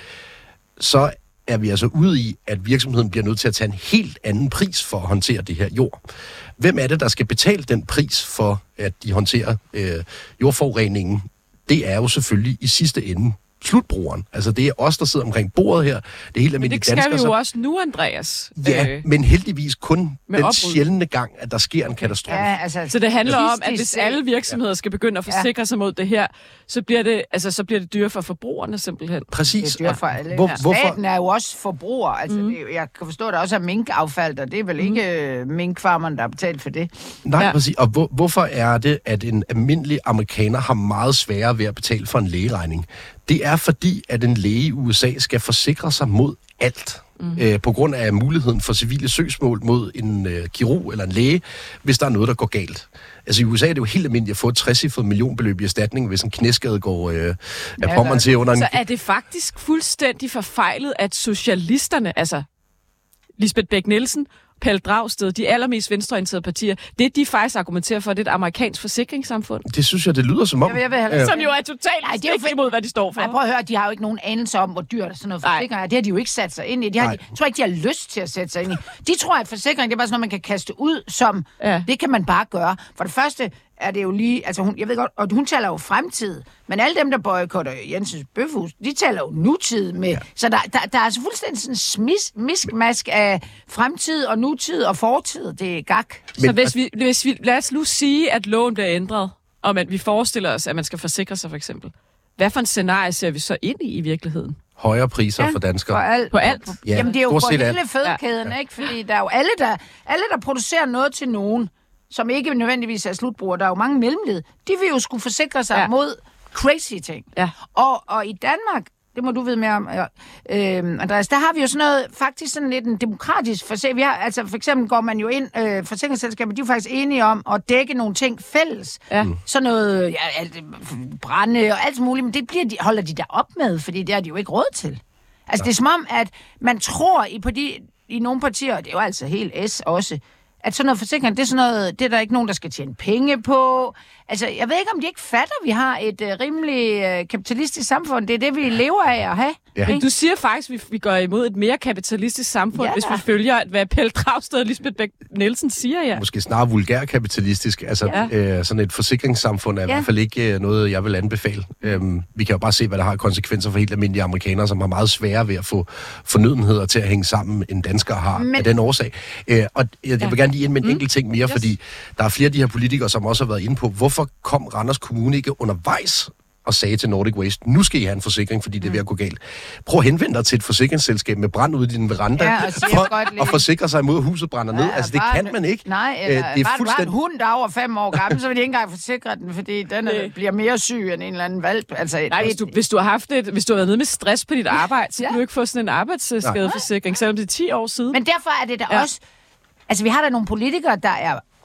så er vi altså ude i, at virksomheden bliver nødt til at tage en helt anden pris for at håndtere det her jord. Hvem er det, der skal betale den pris for, at de håndterer øh, jordforureningen? Det er jo selvfølgelig i sidste ende slutbrugeren. Altså, det er os, der sidder omkring bordet her. Det er helt almindelige danskere. Men det skal danskere, vi jo også nu, Andreas. Ja, øh, men heldigvis kun den opryd. sjældne gang, at der sker en katastrofe. Ja, altså, så det handler om, at hvis alle virksomheder skal begynde at forsikre ja. sig mod det her, så bliver det, altså, så bliver det dyre for forbrugerne simpelthen. Præcis. Det er dyre for alle. Hvor, hvorfor? Staten er jo også forbruger. Altså, mm. det, jeg kan forstå, at der også er minkaffald, og det er vel mm. ikke minkfarmeren, der har betalt for det. Nej, ja. præcis. Og hvor, hvorfor er det, at en almindelig amerikaner har meget sværere ved at betale for en lægeregning? Det er fordi, at en læge i U S A skal forsikre sig mod alt. Mm. Øh, på grund af muligheden for civile søgsmål mod en øh, kirurg eller en læge, hvis der er noget, der går galt. Altså i U S A er det jo helt almindeligt at få et trecifret millionbeløb i erstatning, hvis en knæskade går øh, af ja, pommeren til under en... Så er det faktisk fuldstændig forfejlet, at socialisterne, altså Lisbeth Bech Nielsen, Pelle Dragsted, de allermest venstreorienterede partier, det de faktisk argumenterer for, det er et amerikansk forsikringssamfund. Det synes jeg, det lyder som om. Jeg vil, jeg vil som jo er totalt stik imod, hvad de står for. Nej, prøv at høre, de har jo ikke nogen anelse om, hvor dyrt sådan noget forsikring er. Det har de jo ikke sat sig ind i. De har, de, tror ikke, de har lyst til at sætte sig ind i. De tror, at forsikring, det er bare sådan noget, man kan kaste ud, som ja. det kan man bare gøre. For det første er det jo lige, altså hun, jeg ved godt, og hun taler jo fremtid, men alle dem, der boykotter Jensens Bøfhus, de taler jo nutid med, ja. så der, der, der er altså fuldstændig sådan en smis, miskmask af fremtid og nutid og fortid. Det er gak. Men, så hvis vi, hvis vi, lad os nu sige, at loven bliver ændret, og at vi forestiller os, at man skal forsikre sig for eksempel. Hvad for en scenarie ser vi så ind i i virkeligheden? Højere priser ja, for danskere. På alt. På alt. Ja, jamen det er jo på hele fødekæden, ja. ikke? Fordi der er jo alle der, alle, der producerer noget til nogen, som ikke nødvendigvis er slutbrugere. Der er jo mange mellemled. De vil jo skulle forsikre sig ja. mod crazy ting. Ja. Og, og i Danmark, det må du vide mere om, øh, Andreas, der har vi jo sådan noget, faktisk sådan lidt en demokratisk forsikring. Vi har, altså for eksempel går man jo ind, øh, forsikringsselskaber, de er jo faktisk enige om at dække nogle ting fælles. Ja. Sådan noget, ja, alt, brænde og alt muligt, men det bliver de, holder de der op med, fordi det har de jo ikke råd til. Altså ja. det er som om, at man tror i, på de, i nogle partier, og det er jo altså helt S også, at sådan noget forsikring, det er sådan noget, det er der ikke nogen, der skal tjene penge på. Altså, jeg ved ikke, om de ikke fatter, at vi har et uh, rimelig uh, kapitalistisk samfund. Det er det, vi lever af at have. Ja. Men du siger faktisk, at vi, vi går imod et mere kapitalistisk samfund, ja. hvis vi følger, hvad Pelle Dragsted og Lisbeth Bech Nielsen siger, ja. Måske snarere vulgær kapitalistisk. Altså, ja. øh, sådan et forsikringssamfund er ja. i hvert fald ikke noget, jeg vil anbefale. Øhm, vi kan jo bare se, hvad der har konsekvenser for helt almindelige amerikanere, som har meget svære ved at få fornødenheder til at hænge sammen, end danskere har Men... af den årsag. Øh, og jeg, jeg vil gerne lige ind med en mm. enkelt ting mere, yes. fordi der er flere af de her politikere, som også har været inde på, hvorfor kom Randers Kommune ikke undervejs og sagde til Nordic Waste, nu skal I have en forsikring, fordi det er ved at gå galt. Prøv at henvende dig til et forsikringsselskab med brand ude i din veranda, ja, for at forsikre sig imod, at huset brænder ned. Ja, altså, det bare, kan man ikke. Nej, eller Æ, det er bare, fuldstændig... bare en hund, der er over fem år gammel, så vil de ikke engang forsikre den, fordi den er, bliver mere syg end en eller anden valp. Altså, Nej, hvis du, hvis du har haft et, hvis du har været nede med stress på dit arbejde, så ja. kan du ikke få sådan en arbejdsskadeforsikring, selvom det er ti år siden. Men derfor er det da ja. også... Altså, vi har da nogle politikere, der er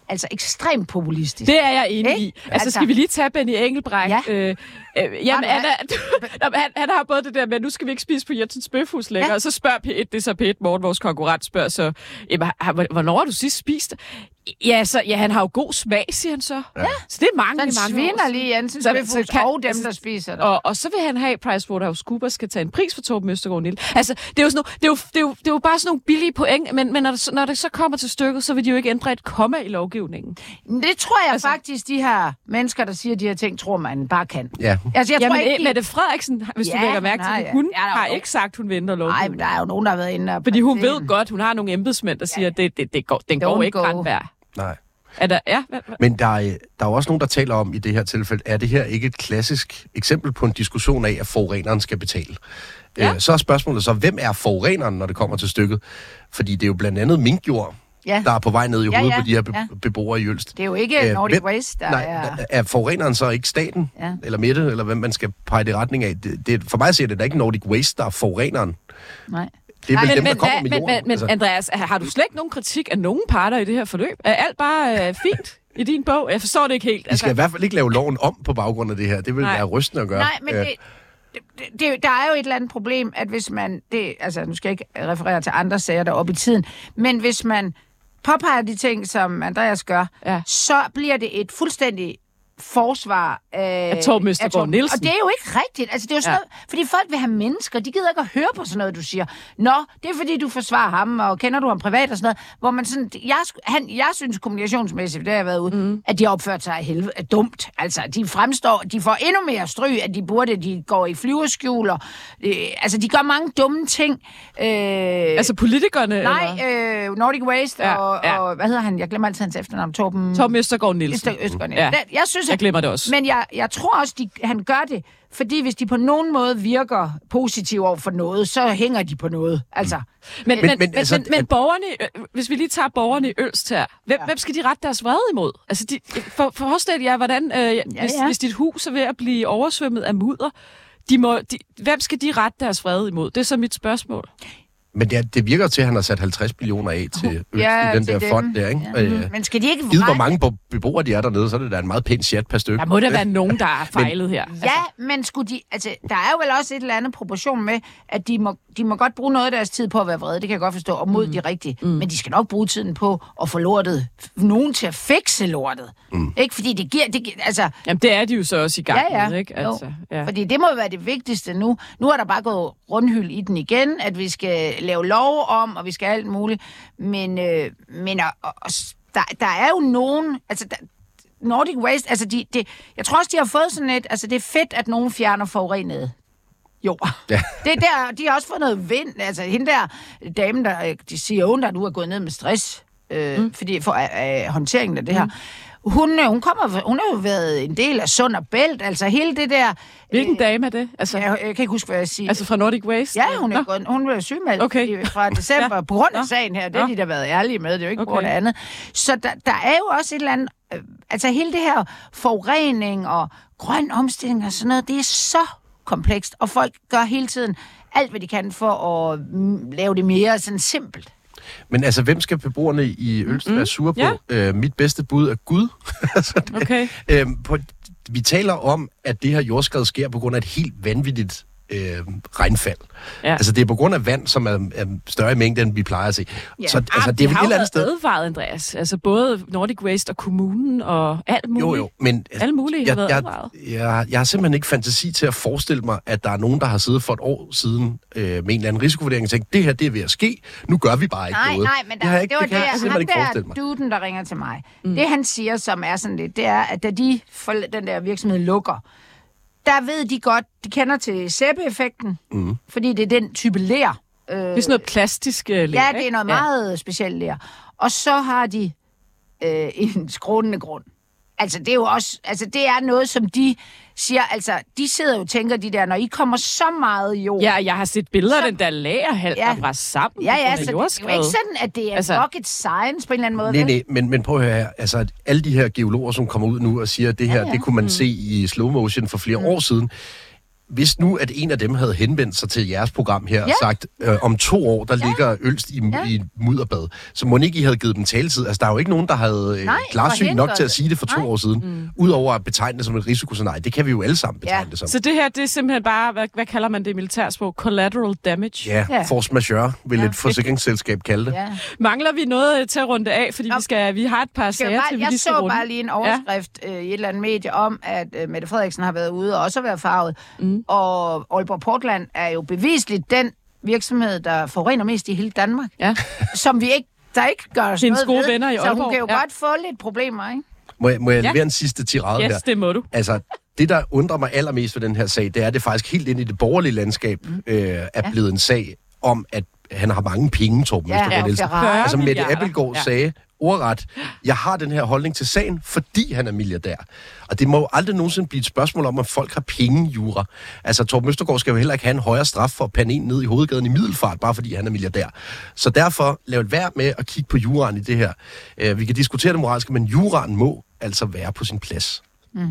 altså ekstremt populistisk. Det er jeg enig Ik? i. Altså, altså, skal vi lige tage Benny Engelbrecht? Ja. Øh, øh, jamen, han, er, han, han har både det der med, nu skal vi ikke spise på Jensens Bøfhus længere, ja. Og så spørger P et, det er så P et Morgen, vores konkurrent spørger så, jamen, hvornår har du sidst spist? Ja, så, ja, han har jo god smag, siger han så. Ja. Så det er mange, Den mange sviner lige Jensens Bøfhus og dem, der spiser det. Og, og så vil han have, at PricewaterhouseCoopers skal tage en pris for Torben Østergaard Nielsen. Altså, det er, jo sådan nogle, det, er jo, det, er jo, det er jo bare sådan nogle billige point, men, men når, det, når det så kommer til stykket, så vil de jo ikke ændre et komma i lovgivningen. Det tror jeg altså, faktisk, de her mennesker, der siger de her ting, tror man bare kan. Ja. Altså, jeg Jamen, tror ikke, de... Mette Frederiksen, hvis ja, du lægger mærke til det, hun ja, har ikke sagt, hun vil ændre lovgivningen. Nej, men der er jo nogen, der har været inde og... Fordi hun ved godt, hun har nogle embedsmænd, der siger, at det, det, det går, den går ikke ret værd. Nej. Er der, ja, hvad, hvad? Men der er, der er jo også nogen, der taler om i det her tilfælde, er det her ikke et klassisk eksempel på en diskussion af, at forureneren skal betale? Ja. Øh, så er spørgsmålet så, hvem er forureneren, når det kommer til stykket? Fordi det er jo blandt andet minkjord, ja. Der er på vej ned i hovedet ja, ja. på de her be- ja. beboere i Ølst. Det er jo ikke Nordic Waste, der nej, er... Er forureneren så ikke staten? Ja. Eller Mette, eller hvem man skal pege det i retning af? Det, det, for mig siger det, der er ikke Nordic Waste, der er forureneren. Nej. Det er vel men, dem, der men, kommer med men, jorden. men, men altså. Andreas, har du slet ikke nogen kritik af nogen parter i det her forløb? Er alt bare øh, fint i din bog? Jeg forstår det ikke helt. Vi skal altså. i hvert fald ikke lave loven om på baggrund af det her. Det vil Nej. være rystende at gøre. Nej, men det, det, det, der er jo et eller andet problem, at hvis man... Det, altså, nu skal jeg ikke referere til andre sager deroppe i tiden, men hvis man påpeger de ting, som Andreas gør, ja. så bliver det et fuldstændig forsvar af, af Torben Østergaard Nielsen. Og det er jo ikke rigtigt. Altså, det er jo sådan ja. noget, fordi folk vil have mennesker, de gider ikke at høre på sådan noget, du siger. Nå, det er fordi, du forsvarer ham, og kender du ham privat og sådan noget, hvor man sådan, jeg, han, jeg synes kommunikationsmæssigt, det har jeg været ude, mm. at de har opført sig helvede, er dumt. Altså, de fremstår, de får endnu mere stryg, at de burde, de går i flyverskjul, og, øh, altså, de gør mange dumme ting. Øh, altså politikerne? Nej, øh, Nordic Waste, ja, og, ja. og, hvad hedder han? Jeg glemmer altid hans efternavn. Torben... Torben Østergaard Nielsen. Øster, Østergaard Nielsen. Ja. Jeg synes, jeg glemmer det også. Men jeg, jeg tror også, de, han gør det, fordi hvis de på nogen måde virker positivt over for noget, så hænger de på noget. Altså. Men, men, men, men, altså, men, men borgerne, hvis vi lige tager borgerne i Ølst her, hvem, ja. hvem skal de rette deres vrede imod? Altså, de, for, forestil jer, hvordan, øh, ja, hvis, ja. hvis dit hus er ved at blive oversvømmet af mudder, de må, de, hvem skal de rette deres vrede imod? Det er så mit spørgsmål. Men det, det virker til, at han har sat halvtreds millioner af til Ølst ja, i den der dem. fond der, ikke? Ja. Øh, Men skal de ikke... Givet, hvor mange beboere de er dernede, så er det da en meget pæn chat per stykke. Der må der være nogen, der er fejlet her. Ja, altså. men skulle de... Altså, der er jo vel også et eller andet proportion med, at de må, de må godt bruge noget af deres tid på at være vrede, det kan jeg godt forstå, og mod mm. de rigtige. Mm. Men de skal nok bruge tiden på at få lortet, nogen til at fikse lortet. Mm. Ikke? Fordi det giver... Det, altså, Jamen, det er de jo så også i gang ja, ja. med, ikke? Altså, ja. Fordi det må være det vigtigste nu. Nu er der bare gået rundhyld i den igen, at vi skal lave lov om, og vi skal alt muligt. Men, øh, men og, og, der, der er jo nogen... Altså, der, Nordic Waste, altså de, de, jeg tror også, de har fået sådan et... Altså, det er fedt, at nogen fjerner forurenet jord. Ja. Det er der, de har også fået noget vind. Altså, hende der dame, der, de siger, der nu er gået ned med stress, øh, mm. fordi for øh, håndteringen af det her. Mm. Hun, hun, kommer, hun har jo været en del af Sund og Bælt, altså hele det der... Hvilken øh, dame er det? Altså, jeg, jeg kan ikke huske, hvad jeg siger. Altså fra Nordic Waste? Ja, hun er gået, hun blev sygemeldt okay. fra december ja. på grund af Nå. sagen her. Det har de da været ærlige med, det er jo ikke okay. på grund af andet. Så der, der er jo også et eller andet... Øh, altså hele det her forurening og grøn omstilling og sådan noget, det er så komplekst, og folk gør hele tiden alt, hvad de kan for at mm, lave det mere sådan simpelt. Men altså, hvem skal beboerne i Ølst være sure på? Ja. Øh, mit bedste bud er Gud. altså, det, okay. øh, på, vi taler om, at det her jordskred sker på grund af et helt vanvittigt øh, regnfald. Ja. Altså, det er på grund af vand, som er, er større i mængde, end vi plejer at se. Ja. Så altså, det er de et eller andet sted. Advaret, Andreas. Altså, både Nordic Waste og kommunen og alt muligt. Jo, jo, men... Alle mulige jeg, har været jeg, advaret. Jeg, jeg har simpelthen ikke fantasi til at forestille mig, at der er nogen, der har siddet for et år siden øh, med en eller anden risikovurdering og tænkt, det her, det er ved at ske. Nu gør vi bare ikke nej, noget. Nej, men der, det, ikke, det var det, det jeg, han der duden, der ringer til mig. Mm. Det, han siger, som er sådan lidt, det er, at da de, for den der virksomhed lukker, der ved de godt, de kender til sæbeeffekten, mm. fordi det er den type ler. Øh, det er sådan noget plastisk ler, ja, det er noget ja. meget specielt ler. Og så har de øh, en skrånende grund. Altså, det er jo også, altså, det er noget, som de siger, altså, de sidder jo og tænker, de der, når I kommer så meget jord... Ja, jeg har set billeder af den der lagerhal, ja. der var sammen. Ja, ja, så det er jo ikke sådan, at det er altså, rocket science på en eller anden måde. Nej, nej, men, men prøv at høre her, altså, alle de her geologer, som kommer ud nu og siger, at det her, ja, ja. det kunne man mm. se i slow motion for flere mm. år siden. hvis nu, at en af dem havde henvendt sig til jeres program her og ja. sagt, øh, om to år, der ja. ligger Ølst i, ja. i mudderbad, så må ikke I havde givet dem taletid. Altså, der er jo ikke nogen, der havde øh, klarsyn nok til at sige det for to Nej. år siden, mm. udover at betegne det som et risikoscenarie. Det kan vi jo alle sammen betegne ja. det som. Så det her, det er simpelthen bare, hvad, hvad kalder man det i militærsprog? Collateral damage? Ja, ja. Force majeure, vil ja. et forsikringsselskab kalde det. Ja. Mangler vi noget til at runde af, fordi vi, skal, vi har et par sager til, vi Jeg lige skal så runde. bare lige en overskrift ja. øh, i et eller andet medie om, at øh, Mette Frederiksen har været ude og også været farvet, mm. og Aalborg Portland er jo bevisligt den virksomhed, der forurener mest i hele Danmark. Ja. Som vi ikke, der ikke gør os noget gode ved. Venner i Aalborg. Så hun kan jo ja. godt få lidt problemer, ikke? Må jeg, må jeg ja. levere en sidste tirade yes, her? Yes, det må du. Altså, det, der undrer mig allermest ved den her sag, det er, at det faktisk helt ind i det borgerlige landskab mm. øh, er ja. blevet en sag om, at han har mange penge, Torben ja, Østergaard ja, Altså, Mette Abildgaard ja. sagde ordret, jeg har den her holdning til sagen, fordi han er milliardær. Og det må jo aldrig nogensinde blive et spørgsmål om, at folk har penge, jura. Altså, Torben Østergaard skal jo heller ikke have en højere straf for at pande en ned i hovedgaden i Middelfart, bare fordi han er milliardær. Så derfor, lav et værd med at kigge på juraen i det her. Uh, vi kan diskutere det moralske, men juraen må altså være på sin plads. Mm.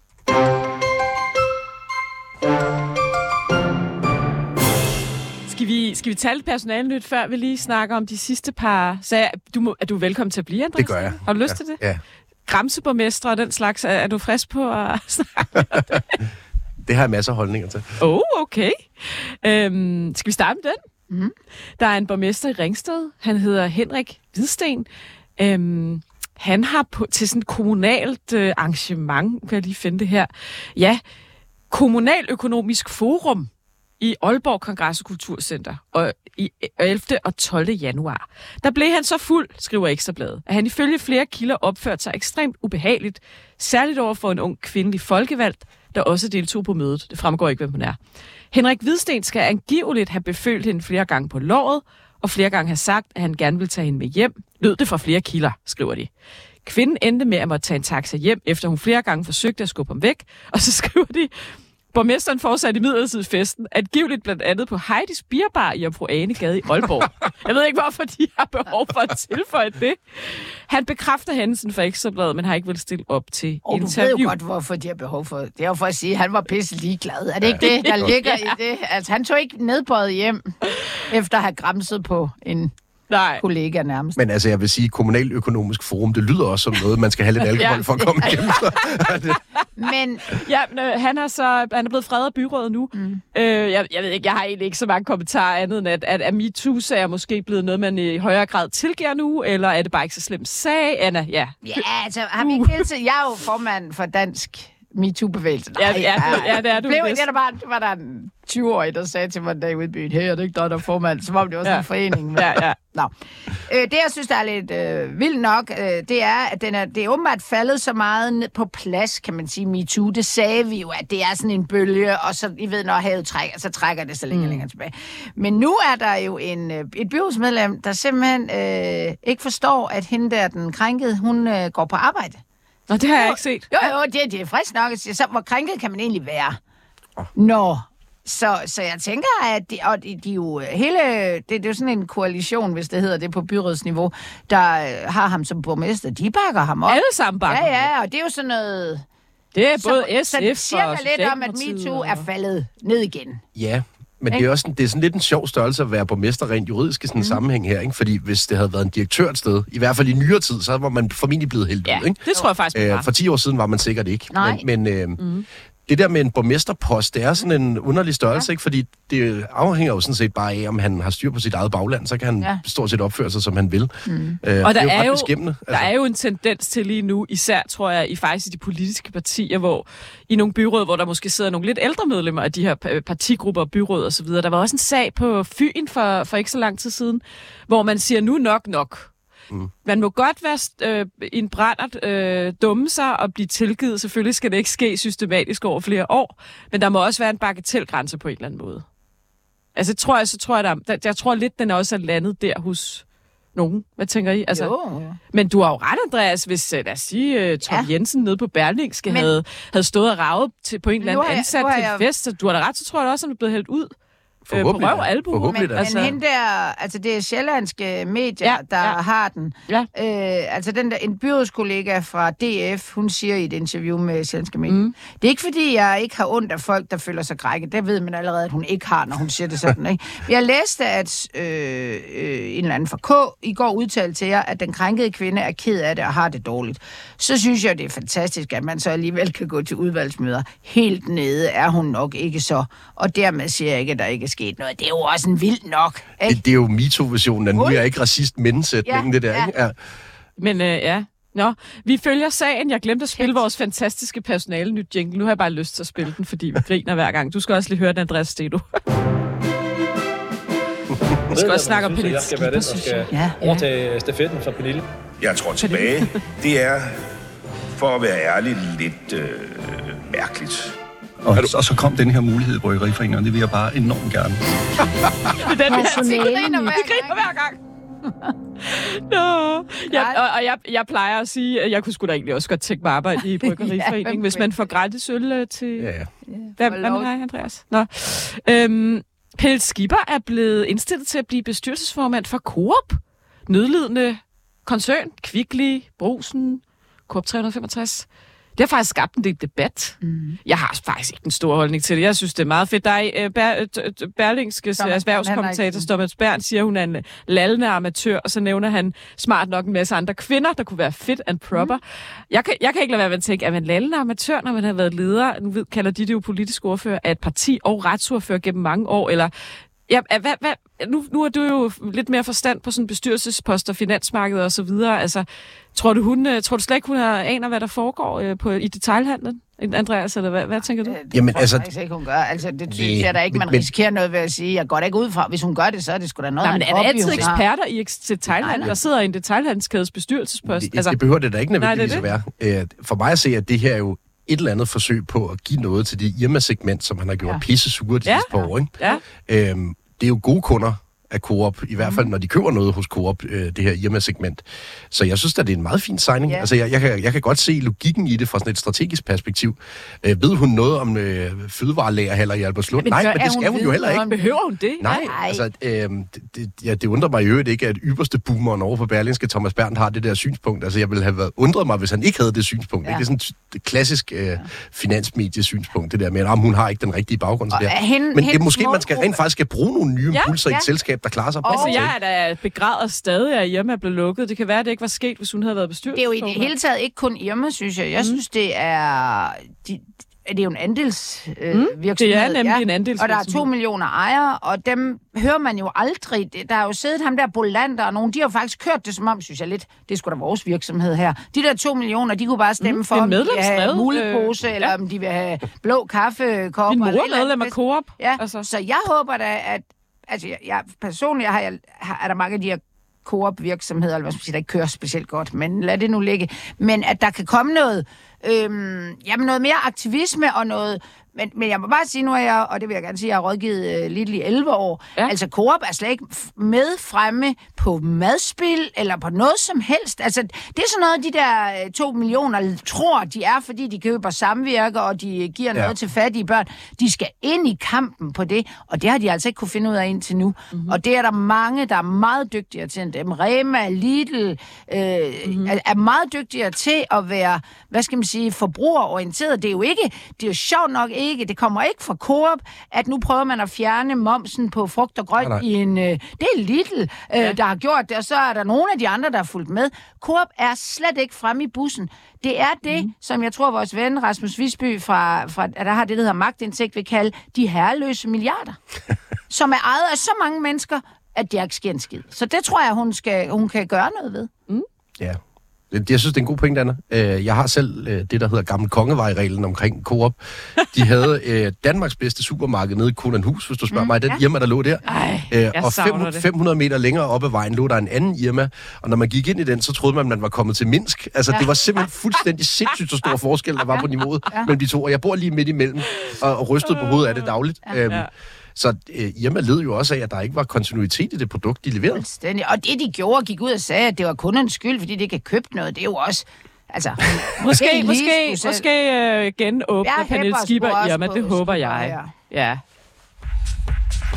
Skal vi, skal vi tale lidt personalenyt, før vi lige snakker om de sidste par sager? Du må, er du velkommen til at blive, Andreas? Det gør jeg. Har du lyst ja. til det? Ja. Gramseborgmestre og den slags, er, er du frisk på at snakke om det? Det har jeg masser af holdninger til. Åh, oh, okay. Øhm, skal vi starte med den? Mm. Der er en borgmester i Ringsted. Han hedder Henrik Hvidsten. Øhm, han har på, til sådan et kommunalt øh, arrangement, kan jeg lige finde det her, ja, Kommunaløkonomisk Forum i Aalborg Kongress- og Kulturcenter og i ellevte og tolvte januar. Der blev han så fuld, skriver Ekstrabladet, at han ifølge flere kilder opførte sig ekstremt ubehageligt, særligt over for en ung kvindelig folkevalgt, der også deltog på mødet. Det fremgår ikke, hvem hun er. Henrik Hvidsten skal angiveligt have befølt hende flere gange på låret, og flere gange have sagt, at han gerne vil tage hende med hjem. Lød det fra flere kilder, skriver de. Kvinden endte med at måtte tage en taxa hjem, efter hun flere gange forsøgte at skubbe ham væk, og så skriver de, borgmesteren fortsatte imidlertid festen, angiveligt blandt andet på Heidis Bierbar i Jomfru Ane Gade i Aalborg. Jeg ved ikke, hvorfor de har behov for at tilføje det. Han bekræfter hændelsen for Ekstrabladet, men har ikke vel stille op til og interview. Du ved jo godt, hvorfor de har behov for det. Det er jo for at sige, at han var pisse ligeglad. Er det ikke det, der ligger i det? Altså, han tog ikke nedbøjet hjem, efter at have gramset på en... Nej. Kollega nærmest. Men altså, jeg vil sige, Kommunaløkonomisk Forum, det lyder også som noget, man skal have lidt alkohol ja. for at komme hjem. Men ja, men, øh, han er så han er blevet fredet af byrådet nu. Mm. Øh, jeg, jeg ved ikke, jeg har egentlig ikke så mange kommentarer andet end, at, at, at MeToo-sager måske blevet noget, man i højere grad tilgiver nu, eller er det bare ikke så slemt sag? Anna, ja. Ja, altså, har vi ikke uh. Jeg er jo formand for Dansk MeToo-bevægelse. Ja, ja, ja, ja, det er du. Blev, det er der bare, var der en tyve-årig, der sagde til mig en dag ude i byen, hey, er det ikke dig, der er formand? Som om det var sådan ja. en forening. Ja, ja. Nå. Øh, det, jeg synes, der er lidt øh, vildt nok, øh, det er, at den er, det er åbenbart faldet så meget på plads, kan man sige, MeToo. Det sagde vi jo, at det er sådan en bølge, og så, I ved, når havet trækker, så trækker det så længere mm. længere tilbage. Men nu er der jo en, et byrådsmedlem, der simpelthen øh, ikke forstår, at hende der, den krænkede, hun øh, går på arbejde. Nå, det har jeg ikke set. Jo, jo, det, det er frisk nok. Så hvor krænket kan man egentlig være? Nå, så, så jeg tænker, at de, og de, de jo hele, det, det er jo sådan en koalition, hvis det hedder det på byrådsniveau, der øh, har ham som borgmester. De bakker ham op. Alle sammen bakker Ja, ja, og det er jo sådan noget... Det er både så, S F og så det siger lidt om, at MeToo er faldet ned igen. Ja, men det er også sådan, det er sådan lidt en sjov størrelse at være borgmester rent juridisk i sådan en mm. sammenhæng her, ikke? Fordi hvis det havde været en direktør et sted, i hvert fald i nyere tid, så var man formentlig blevet hældt ja, ud, ikke? Det tror jeg faktisk, Æh, For ti år siden var man sikkert ikke. Nej. Men, men øh, mm. det der med en borgmesterpost, det er sådan en underlig størrelse, ja. ikke? Fordi det afhænger jo sådan set bare af, om han har styr på sit eget bagland, så kan han ja. stort set opføre sig, som han vil. Mm. Øh, og der det er jo, er, jo altså. der er jo en tendens til lige nu, især tror jeg, i faktisk i de politiske partier, hvor i nogle byråd, hvor der måske sidder nogle lidt ældre medlemmer af de her partigrupper og byråd og så videre. Der var også en sag på Fyn for, for ikke så lang tid siden, hvor man siger, nu nok nok. Mm. Man må godt være øh, en brændert, øh, dumme sig og blive tilgivet. Selvfølgelig skal det ikke ske systematisk over flere år, men der må også være en bagatelgrænse på en eller anden måde. Altså, tror jeg, så tror jeg, der, der, jeg tror lidt, den også er landet der hos nogen. Hvad tænker I? Altså, jo, ja. Men du har jo ret, Andreas, hvis, lad os sige, uh, Tom ja. Jensen nede på Berlingske men, havde, havde stået og ravet til, på en eller anden ansat til en fest, så du har da ret, så tror jeg også, at han er blevet hældt ud. øh, på røv og albu. Men, altså. men hende der, altså det er sjællandske medier, ja, der ja. har den. Ja. Øh, altså den der, en byrådskollega fra D F, hun siger i et interview med sjællandske medier, mm. det er ikke fordi, jeg ikke har ondt af folk, der føler sig grækket. Det ved man allerede, at hun ikke har, når hun siger det sådan. Ikke? Jeg læste, at øh, øh, en eller anden fra K i går udtalte til jer, at den krænkede kvinde er ked af det og har det dårligt. Så synes jeg, det er fantastisk, at man så alligevel kan gå til udvalgsmøder. Helt nede er hun nok ikke så. Og dermed siger jeg ikke, at der ikke er sket noget. Det er jo også en vild nok. Det, det er jo MeToo-versionen, at nu er jeg ikke racist mennesætningen, ja, det der, ja. Ikke? Ja. Men øh, ja, nå, vi følger sagen. Jeg glemte at spille vores fantastiske personale nyt jingle. Nu har jeg bare lyst til at spille den, fordi vi griner hver gang. Du skal også lige høre den, Andreas Stedo. Vi skal også snakke om Pernille. Jeg skal være den, der skal ja, overtage ja. stafetten fra Pernille. Jeg tror tilbage. Det er, for at være ærlig, lidt øh, mærkeligt. Og, og så kom den her mulighed i Bryggeriforeningen, og det vil jeg bare enormt gerne. Det er den, vi griner hver gang. Nå. Ja, og, og jeg, jeg plejer at sige, at jeg kunne sgu da egentlig også godt tænke mig arbejde i Bryggeriforeningen, ja, hvis man får gratis øl til... Ja, ja. Hvad, hvad med dig, Andreas? Nå. Øhm, Pernille Skipper er blevet indstillet til at blive bestyrelsesformand for Coop. Nødlidende koncern, Kvickly, Brugsen, Coop tre hundrede femogtres. Det har faktisk skabt en del debat. Mm. Jeg har faktisk ikke en stor holdning til det. Jeg synes, det er meget fedt. Der er uh, Ber- Berlingskes erhvervskommentator, Thomas Bern, siger, hun er en lallende amatør, og så nævner han smart nok en masse andre kvinder, der kunne være fit and proper. Mm. Jeg, kan, jeg kan ikke lade være med at tænke, at man lallende amatør, når man har været leder, nu ved, kalder de det jo politisk ordfører, af et parti og retsordfører gennem mange år, eller... Ja, hvad, hvad, nu, nu er du jo lidt mere forstand på sådan bestyrelsesposter, finansmarkedet og så videre. Altså, tror du, hun, tror du slet ikke, hun har aner, hvad der foregår øh, på, i detailhandlen, Andreas, eller hvad, hvad tænker du? Det, det Jamen, tror altså, jeg faktisk ikke, hun gør. Altså, det synes jeg da ikke, man men, risikerer noget ved at sige. Jeg går da ikke ud fra, hvis hun gør det, så er det sgu da noget. Nej, men er der altid eksperter i detailhandel, der sidder i en detailhandelskædes bestyrelsespost? Det, altså, det behøver det da ikke nødvendigvis at være. For mig at se, at det her er jo et eller andet forsøg på at give noget til det Irma-segment, som han har gjort ja. pisse sure de sidste par år, ikke? Ja. Øhm, det er jo gode kunder af Coop, i hvert fald når de køber noget hos Coop, øh, det her Irma-segment. Så jeg synes at det er en meget fin signing. Yeah. Altså, jeg, jeg, kan, jeg kan godt se logikken i det fra sådan et strategisk perspektiv. Øh, ved hun noget om øh, fødevarelagerhaller i Albertslund? Ja, men nej, men det skal hun, hun jo heller ikke. Behøver hun det? Nej, nej. Altså, øh, det, det, ja, det undrer mig i øvrigt ikke, at ypperste boomeren over på Berlingske, Thomas Berndt, har det der synspunkt. Altså, jeg ville have været undret mig, hvis han ikke havde det synspunkt. Ja. Ikke? Det er sådan et klassisk øh, finansmediesynspunkt, det der med, at hun har ikke den rigtige baggrund til det her. Hende, men det, måske man skal rent faktisk skal bruge nogle nye impulser ja, ja. i et selskab, der klarer sig. Altså, jeg er da begrædet stadig, at Irma blev lukket. Det kan være, at det ikke var sket, hvis hun havde været bestyrelses. Det er jo i det hele taget ikke kun Irma, synes jeg. Jeg mm. synes, det er... De, det er jo en andelsvirksomhed. Øh, mm, det er nemlig ja. en andelsvirksomhed. Og der er to millioner ejere, og dem hører man jo aldrig. Der er jo siddet ham der Bolander, og nogle, de har jo faktisk kørt det som om, synes jeg lidt, det er sgu da vores virksomhed her. De der to millioner, de kunne bare stemme mm, for, om de vil have mulepose, øh, eller ja. om de vil have blå kaffekopper. Min mor er medlem af Coop. Ja, altså. Så jeg håber da, at altså, jeg, jeg, personligt har jeg, har, er der mange af de her Coop-virksomheder, eller hvad skal man sige, der ikke kører specielt godt, men lad det nu ligge. Men at der kan komme noget, øhm, jamen noget mere aktivisme og noget... Men, men jeg må bare sige nu, at jeg, og det vil jeg gerne sige, at jeg har rådgivet uh, Lidl i elleve år. Ja. Altså, Coop er slet ikke med fremme på madspil eller på noget som helst. Altså, det er sådan noget, de der uh, to millioner tror, de er, fordi de køber samvirker, og de giver ja. noget til fattige børn. De skal ind i kampen på det, og det har de altså ikke kunne finde ud af indtil nu. Mm-hmm. Og det er der mange, der er meget dygtigere til end dem. Rema, Lidl øh, mm-hmm. er, er meget dygtigere til at være, hvad skal man sige, forbrugerorienteret. Det er jo ikke, det er jo sjovt nok ikke. Det kommer ikke fra Coop, at nu prøver man at fjerne momsen på frugt og grønt nej, nej. i en... Øh, det er Lidl, øh, ja. der har gjort det, og så er der nogle af de andre, der er fulgt med. Coop er slet ikke fremme i bussen. Det er det, mm. som jeg tror, vores ven Rasmus Visby, fra, fra, der har det, der hedder magtindsigt, vil kalde de herreløse milliarder, som er ejet af så mange mennesker, at det ikke sker en skid. Så det tror jeg, hun, skal, hun kan gøre noget ved. Mm. Ja. Jeg synes, det er en god point, Anna. Jeg har selv det, der hedder Gamle Kongevej-reglen omkring Coop. De havde Danmarks bedste supermarked nede i Kolandhus, hvis du spørger mm, mig. Den ja. Irma, der lå der. Ej, og fem hundrede meter længere oppe ad vejen lå der en anden Irma. Og når man gik ind i den, så troede man, at man var kommet til Minsk. Altså, ja. det var simpelthen fuldstændig sindssygt så stor forskel, der var på niveauet ja. mellem de to. Og jeg bor lige midt imellem og, og rystede på hovedet af det dagligt. Ja. Øhm, Så øh, Irma led jo også af, at der ikke var kontinuitet i det produkt, de leverede. Og det, de gjorde, gik ud og sagde, at det var kundernes skyld, fordi de ikke havde købt noget. Det er jo også... Altså, måske måske, måske øh, genåbne Pernille Skipper Irma, det håber jeg. Ja.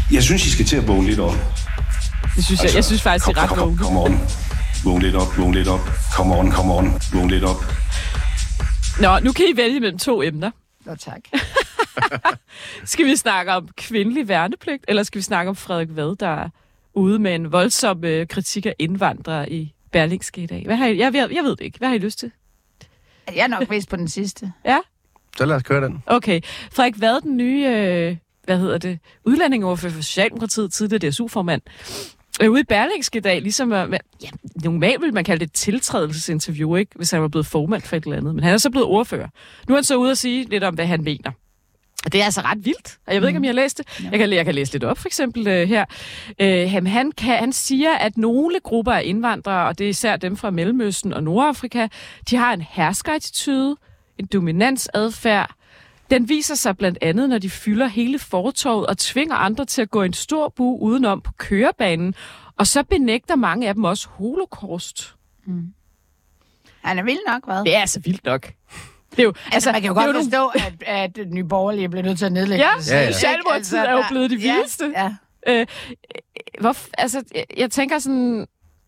Jeg synes, I skal til at vågne lidt op. Det synes altså, jeg, jeg synes faktisk, det er ret vågne. Come on. Vågn lidt op, vågn lidt op. Come on, come on. Vågn lidt op. Nå, nu kan I vælge mellem to emner. Nå, tak. Skal vi snakke om kvindelig værnepligt, eller skal vi snakke om Frederik Vad, der er ude med en voldsom øh, kritik af indvandrere i Berlingske i dag? Hvad har I, jeg, jeg, jeg ved det ikke. Hvad har I lyst til? Jeg er nok mest på den sidste. Ja? Så lad os køre den. Okay. Frederik Vad, den nye, øh, hvad hedder det, udlændingeordfører for Socialdemokratiet, tidligere D S U-formand, øh, ude i Berlingske i dag, ligesom, øh, ja, normalt ville man kalde det et tiltrædelsesinterview, ikke, hvis han var blevet formand for et eller andet, men han er så blevet ordfører. Nu er han så ude at sige lidt om, hvad han mener. Det er altså ret vildt, og jeg ved ikke, om jeg har læst det. Jeg kan, jeg kan læse lidt op, for eksempel øh, her. Øh, han, kan, han siger, at nogle grupper af indvandrere, og det er især dem fra Mellemøsten og Nordafrika, de har en herskerattitude, en dominansadfærd. Den viser sig blandt andet, når de fylder hele fortovet og tvinger andre til at gå en stor bu udenom på kørebanen, og så benægter mange af dem også holocaust. Mm. Han er vild nok, hvad? Det er altså vildt nok. Det er jo, altså, altså, man kan jo godt forstå, nogle... at, at Nye Borgerlige er blevet nødt til at nedlægge ja, det. Ja, ja. Socialdemokratiet altså, er jo blevet de vildeste. Ja, ja. Øh, hvor, altså, jeg, jeg tænker sådan...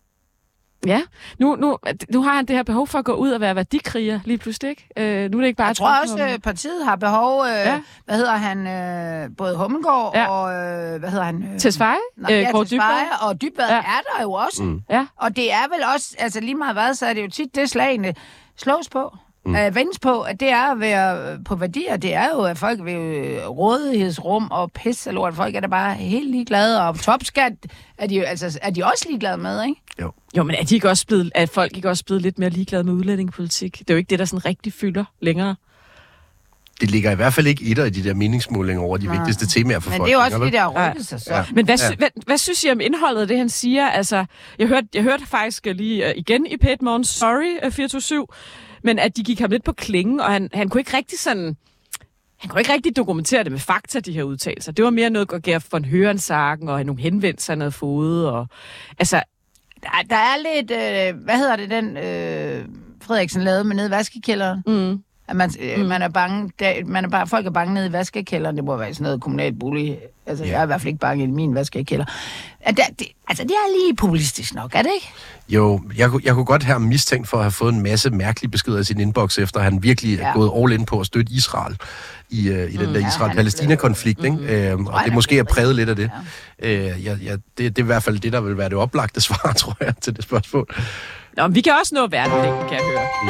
Ja, nu, nu, nu har han det her behov for at gå ud og være værdikriger lige pludselig, ikke? Øh, nu er det ikke bare... Jeg tror også, at partiet har behov... Øh, ja. Hvad hedder han? Øh, både Hummelgaard ja. og... Øh, hvad hedder han? Øh, Tesfaye? Nej, øh, ja, Tesfaye og Dybvad ja. er der jo også. Mm. Ja. Og det er vel også... Altså lige meget hvad, så er det jo tit det slagene slås på. Mm. Uh, vendes på, at det er at være på værdier. Det er jo, at folk vil rådighedsrum og pisse lort. Folk er da bare helt ligeglade, og topskat er de, altså, er de også ligeglade med, ikke? Jo. Jo, men er, de ikke også blevet, er folk ikke også blevet lidt mere ligeglade med udlændingepolitik? Det er jo ikke det, der sådan rigtig fylder længere. Det ligger i hvert fald ikke etter i de der meningsmålinger over de Nej. vigtigste temaer for men folk. Men det er jo også det, der har rykket sig så. Ja. Men hvad, ja. hvad, hvad synes I om indholdet af det, han siger? Altså, jeg hørte, jeg hørte faktisk lige uh, igen i P et Morgen, sorry, uh, fire to syv, men at de gik ham lidt på klingen, og han, han kunne ikke rigtig sådan... Han kunne ikke rigtig dokumentere det med fakta, de her udtalelser. Det var mere noget, der gav von Hørensagen, og nogle henvendelser, han havde fået, og... Altså... Der, der er lidt... Øh, hvad hedder det, den øh, Frederiksen lavede med nede i vaskekælderen? Mm. At man, øh, mm. man er bange... Der, man er bare, folk er bange nede i vaskekælderen. Det må være sådan noget kommunalt bolig. Altså, ja. Jeg er i hvert fald ikke bange i min vaskekælder. At der, det, altså, det er lige populistisk nok, er det ikke? Jo, jeg, jeg kunne godt have mistænkt for at have fået en masse mærkelige beskeder i sin inbox, efter han virkelig ja. er gået all in på at støtte Israel i, uh, i den mm, der Israel-Palæstina-konflikt, ikke? Mm. Øhm, og det måske er præget lidt af det. Ja. Øh, ja, ja, det. Det er i hvert fald det, der vil være det oplagte svar, tror jeg, til det spørgsmål. Nå, men vi kan også nå værnepligten, kan jeg høre. Mm.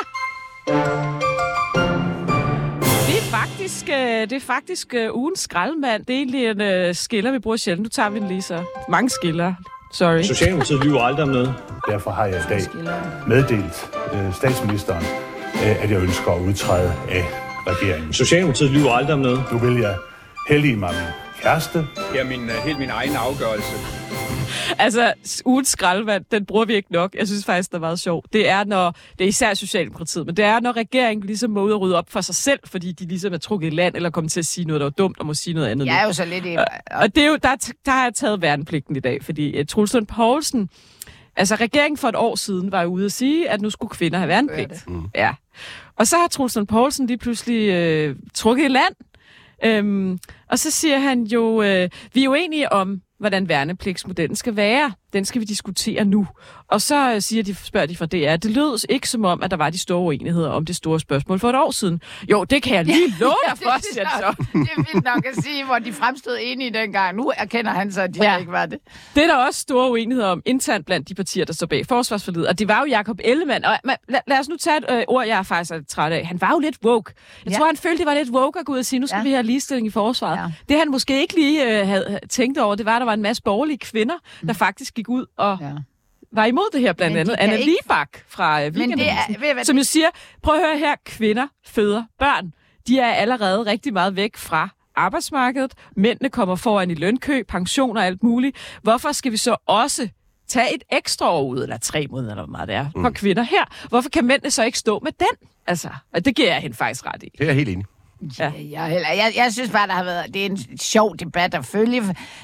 Det er faktisk, det er faktisk uh, ugens skraldemand. Det er egentlig en uh, skiller, vi bruger sjældent. Nu tager vi den lige så. Mange skiller. Sorry. Socialdemokratiet lyver aldrig om noget. Derfor har jeg i dag meddelt øh, statsministeren, øh, at jeg ønsker at udtræde af regeringen. Socialdemokratiet lyver aldrig om noget. Nu vil jeg hellige mig min kæreste. Det er min, uh, helt min egen afgørelse. Altså, ugens skraldemand, den bruger vi ikke nok. Jeg synes faktisk, det er meget sjovt. Det er, når, det er især Socialdemokratiet, men det er, når regeringen ligesom må ud og rydde op for sig selv, fordi de ligesom er trukket i land, eller kommer til at sige noget, der var dumt, og må sige noget andet. Jeg er jo så lidt i... Og, og det er jo, der, der har jeg taget værnepligten i dag, fordi uh, Troels Lund Poulsen, altså regeringen for et år siden, var ude at sige, at nu skulle kvinder have værnepligt. Mm. Ja. Og så har Troels Lund Poulsen lige pludselig øh, trukket i land, øhm, og så siger han jo, øh, vi er jo enige om, hvordan værnepligtsmodellen skal være. Den skal vi diskutere nu. Og så siger de, spørger de fra D R, det lød ikke som om, at der var de store uenigheder om det store spørgsmål for et år siden. Jo, det kan jeg lige love dig for, siger så. Det er vildt nok at sige, hvor de fremstod enige dengang. Nu erkender han så, at de ja. ikke var det. Det er der også store uenigheder om internt blandt de partier, der står bag forsvarsforliget. Og det var jo Jakob Ellemann. Og lad, lad os nu tage et øh, ord, jeg er faktisk er træt af. Han var jo lidt woke. Jeg ja. tror, han følte, det var lidt woke at gå ud og sige, nu skal ja. vi have ligestilling i forsvaret. Ja. Det han måske ikke lige øh, havde tænkt over, det var, at der var en masse borgerlige kvinder, der mm. faktisk gik ud og ja. var imod det her, blandt andet Anna ikke... Libak fra uh, Weekendavisen, som jo siger, prøv at høre her, kvinder føder børn. De er allerede rigtig meget væk fra arbejdsmarkedet. Mændene kommer foran i lønkø, pension og alt muligt. Hvorfor skal vi så også tage et ekstra år ud, eller tre måneder, eller hvor meget det er, for mm. kvinder her? Hvorfor kan mændene så ikke stå med den? Altså, og det giver jeg hende faktisk ret i. Det er jeg helt enig. Ja. Jeg, jeg, jeg, jeg synes bare, der har været... Det er en sjov debat at følge.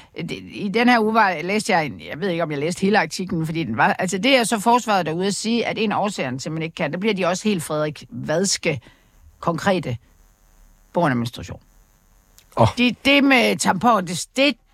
I den her uge var, læste jeg... En, jeg ved ikke, om jeg læste hele artiklen, fordi den var... Altså, det er så forsvaret derude at sige, at en årsageren simpelthen ikke kan. Der bliver de også helt Frederik Vadske konkrete borgerdemonstration. Oh. Det, det med tampon, det, det,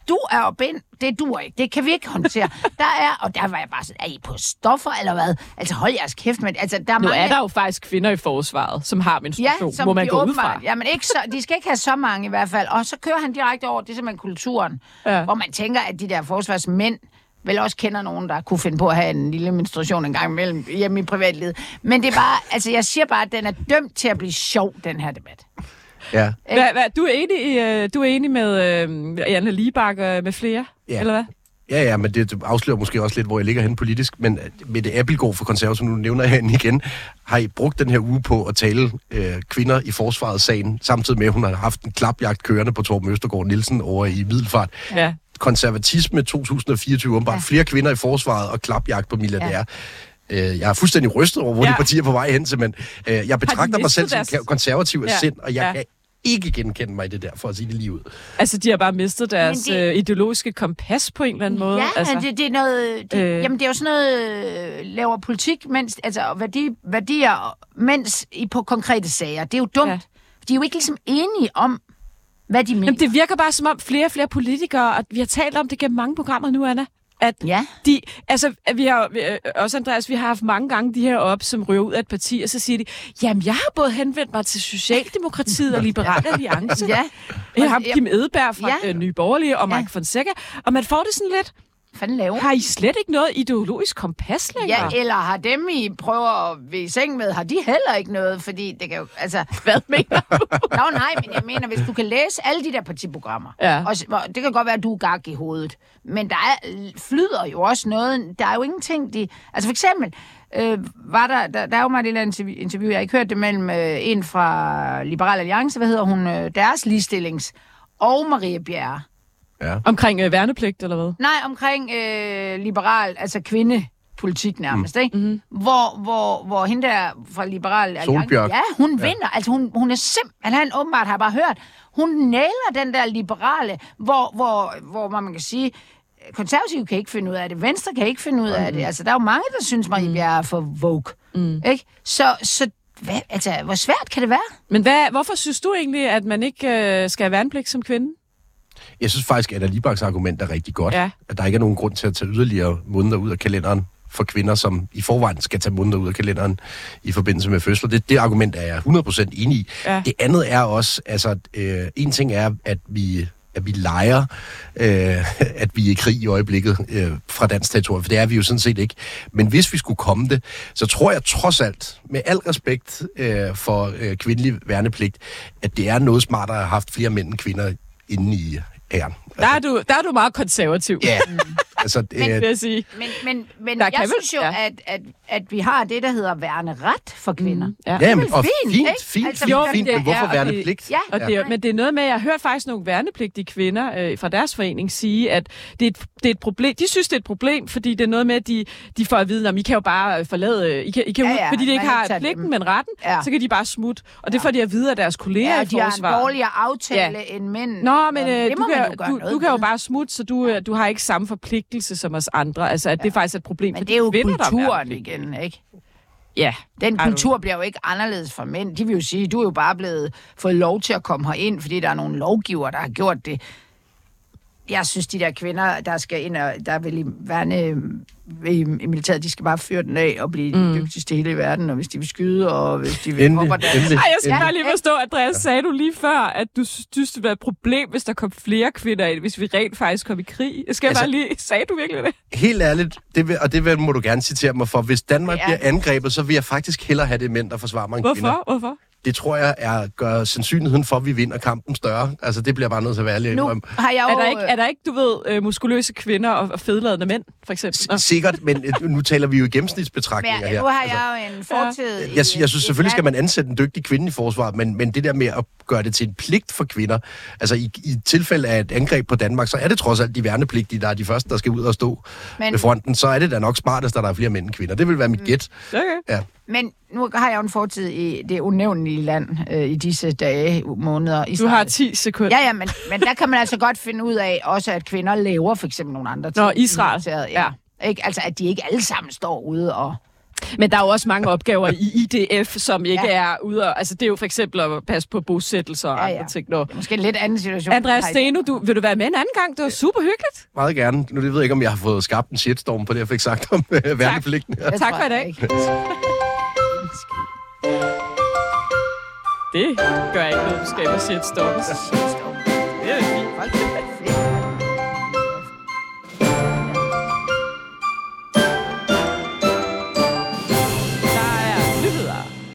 du er og bind, det duer ikke. Det kan vi ikke håndtere. Der er, og der var jeg bare sådan, er I på stoffer eller hvad? Altså hold jeres kæft, men altså der er Nu mange... er der jo faktisk kvinder i forsvaret, som har menstruation, ja, må man gå ud fra. Ja, men ikke så, de skal ikke have så mange i hvert fald. Og så kører han direkte over, det er simpelthen kulturen, ja. Hvor man tænker, at de der forsvarsmænd vel også kender nogen, der kunne finde på at have en lille menstruation en gang imellem hjemme i privatlivet. Men det er bare, altså jeg siger bare, at den er dømt til at blive sjov, den her debat. Ja. Hvad, hvad, du, er enig i, du er enig med øh, Anna Libak og med flere, ja. Eller hvad? Ja, ja, men det afslører måske også lidt, hvor jeg ligger hen politisk. Men med det Abildgaard for Konservative, nu nævner jeg hende igen, har I brugt den her uge på at tale øh, kvinder i forsvaret-sagen, samtidig med, at hun har haft en klapjagt kørende på Torben Østergaard Nielsen over i Middelfart. Ja. Konservatisme to tusind og fireogtyve, om bare ja. Flere kvinder i forsvaret og klapjagt på milliardærer. Ja. Jeg er fuldstændig rystet over, hvor ja. De partier er på vej hen til, men øh, jeg betragter mig selv deres... som konservativ af ja. Sind, og jeg ja. Kan ikke genkende mig i det der, for at sige det lige ud. Altså, de har bare mistet deres det... øh, ideologiske kompas på en eller anden måde. Ja, altså. det, det er noget... Det, øh... Jamen, det er jo sådan noget... Øh, laver politik, mens... Altså, værdi, værdier, mens I på konkrete sager. Det er jo dumt. Ja. De er jo ikke ligesom enige om, hvad de mener. Jamen, det virker bare som om flere og flere politikere, og vi har talt om det gennem mange programmer nu, Anna, at ja. de, altså, vi har, vi, også Andreas, vi har haft mange gange de her op, som ryger ud af et parti, og så siger de, jamen, jeg har både henvendt mig til Socialdemokratiet og Liberal Alliance. Ja. Jeg har Kim Edberg fra ja. Nye Borgerlige og Mike ja. Fonseca, og man får det sådan lidt, har I slet ikke noget ideologisk kompas længere? Ja, eller har dem, I prøver at være i seng med, har de heller ikke noget, fordi det kan jo, altså... Hvad mener du? Nå, nej, men jeg mener, hvis du kan læse alle de der partiprogrammer, ja. og det kan godt være, at du er gak i hovedet, men der er, flyder jo også noget, der er jo ingenting, de... Altså for eksempel, øh, var der, der, der er jo meget et eller andet interview, jeg har ikke hørt det mellem øh, en fra Liberal Alliance, hvad hedder hun, øh, deres ligestillings, og Marie Bjerre. Ja. Omkring øh, værnepligt, eller hvad? Nej, omkring øh, liberal, altså kvindepolitik nærmest, mm. ikke? Mm-hmm. Hvor, hvor, hvor hende der fra Liberal Alliance, ja, hun vinder. Ja. Altså, hun, hun er simpelthen, han åbenbart har bare hørt, hun nailer den der liberale, hvor, hvor, hvor man kan sige, konservative kan ikke finde ud af det, Venstre kan ikke finde ud af mm. det. Altså, der er jo mange, der synes, Marie Bjerre er for woke, mm. ikke? Så, så hvad, altså, hvor svært kan det være? Men hvad, hvorfor synes du egentlig, at man ikke øh, skal have værnepligt som kvinde? Jeg synes faktisk, at Anna Libaks argument er rigtig godt. Ja. At der ikke er nogen grund til at tage yderligere måneder ud af kalenderen for kvinder, som i forvejen skal tage måneder ud af kalenderen i forbindelse med fødsler. Det, det argument er jeg hundrede procent enig i. Ja. Det andet er også, altså, øh, en ting er, at vi, at vi leger, øh, at vi er i krig i øjeblikket øh, fra dansk territorium, for det er vi jo sådan set ikke. Men hvis vi skulle komme det, så tror jeg trods alt, med al respekt øh, for øh, kvindelig værnepligt, at det er noget smartere at have haft flere mænd end kvinder inde i æren. Altså, der, er du, der er du meget konservativ. Ja, altså... Men, øh, jeg sige. men, men, men jeg synes jo, ja. at, at, at vi har det, der hedder værneret for kvinder. Mm, ja, ja men, og fint, fint, fint, altså, fint, jo, fint, men hvorfor værnepligt? Ja, og det, ja. Men det er noget med, jeg hører faktisk nogle værnepligtige kvinder øh, fra deres forening sige, at det er, et, det er et problem. De synes, det er et problem, fordi det er noget med, at de, de får at vide, at I kan jo bare forlade, I kan, I kan ja, ja, fordi de ikke har pligten, dem. Men retten, ja. Så kan de bare smutte. Og det får de at vide af deres kolleger ja, i forsvaret. de har en dårligere aftale ja. end mænd. Nå, men øh, du, kan, du, du kan jo bare smutte, så du, du har ikke samme forpligtelse som os andre. Altså, at ja. Det er faktisk et problem men for det er jo kvinder, kulturen igen, ikke? Ja. Den kultur bliver jo ikke anderledes for mænd. De vil jo sige, du er jo bare blevet fået lov til at komme herind, fordi der er nogle lovgiver, der har gjort det. Jeg synes, de der kvinder, der skal ind og der vil værne i militæret, de skal bare fyre den af og blive mm. de dygtigste i hele verden, og hvis de vil skyde, og hvis de vil hoppe der. Ej, jeg skal bare lige forstå, Andreas, ja. Sagde du lige før, at du synes, det var et problem, hvis der kom flere kvinder ind, hvis vi rent faktisk kom i krig. Jeg skal altså, bare lige... Sagde du virkelig det? Helt ærligt, det vil, og det vil, må du gerne citere mig for. Hvis Danmark bliver angrebet, så vil jeg faktisk hellere have det mænd, der forsvarer mange Hvorfor? kvinder. Hvorfor? Hvorfor? Det tror jeg er gør sandsynligheden for, at vi vinder kampen større. Altså, det bliver bare nødt til at være lidt nu har jeg jo... er, der ikke, er der ikke, du ved, muskuløse kvinder og fedladende mænd, for eksempel? S- sikkert, men nu taler vi jo i gennemsnitsbetragtninger men, her. Nu har jeg altså, jo en fortid... Ja. Jeg, jeg, jeg synes selvfølgelig skal man ansætte en dygtig kvinde i forsvaret, men, men det der med at gøre det til en pligt for kvinder, altså i, i tilfælde af et angreb på Danmark, så er det trods alt de værnepligtige, der er de første, der skal ud og stå men, ved fronten. Så er det da nok smartest, at der er flere mænd end kvinder. Det vil være mit gæt. Okay. Ja. Men nu har jeg jo en fortid i det unævnlige land øh, i disse dage, måneder. Israel. Du har ti sekunder. Ja, ja, men, men der kan man altså godt finde ud af også, at kvinder laver for eksempel nogle andre ting. Nå, Israel. Ja. ja. Ikke? Altså, at de ikke alle sammen står ude og Men der er jo også mange opgaver i I D F, som ikke ja. er ude og, altså det er jo for eksempel at passe på bosættelser og ja, ja. andre ting. Nå. Måske en lidt anden situation. Andreas Steno, du, vil du være med en anden gang? Det var super hyggeligt. Meget gerne. Nu ved jeg ikke, om jeg har fået skabt en shitstorm på det, jeg fik sagt om uh, værnepligten. Ja. Tak for i dag. Det gør ikke noget, du skaber shitstorms. Det er fint.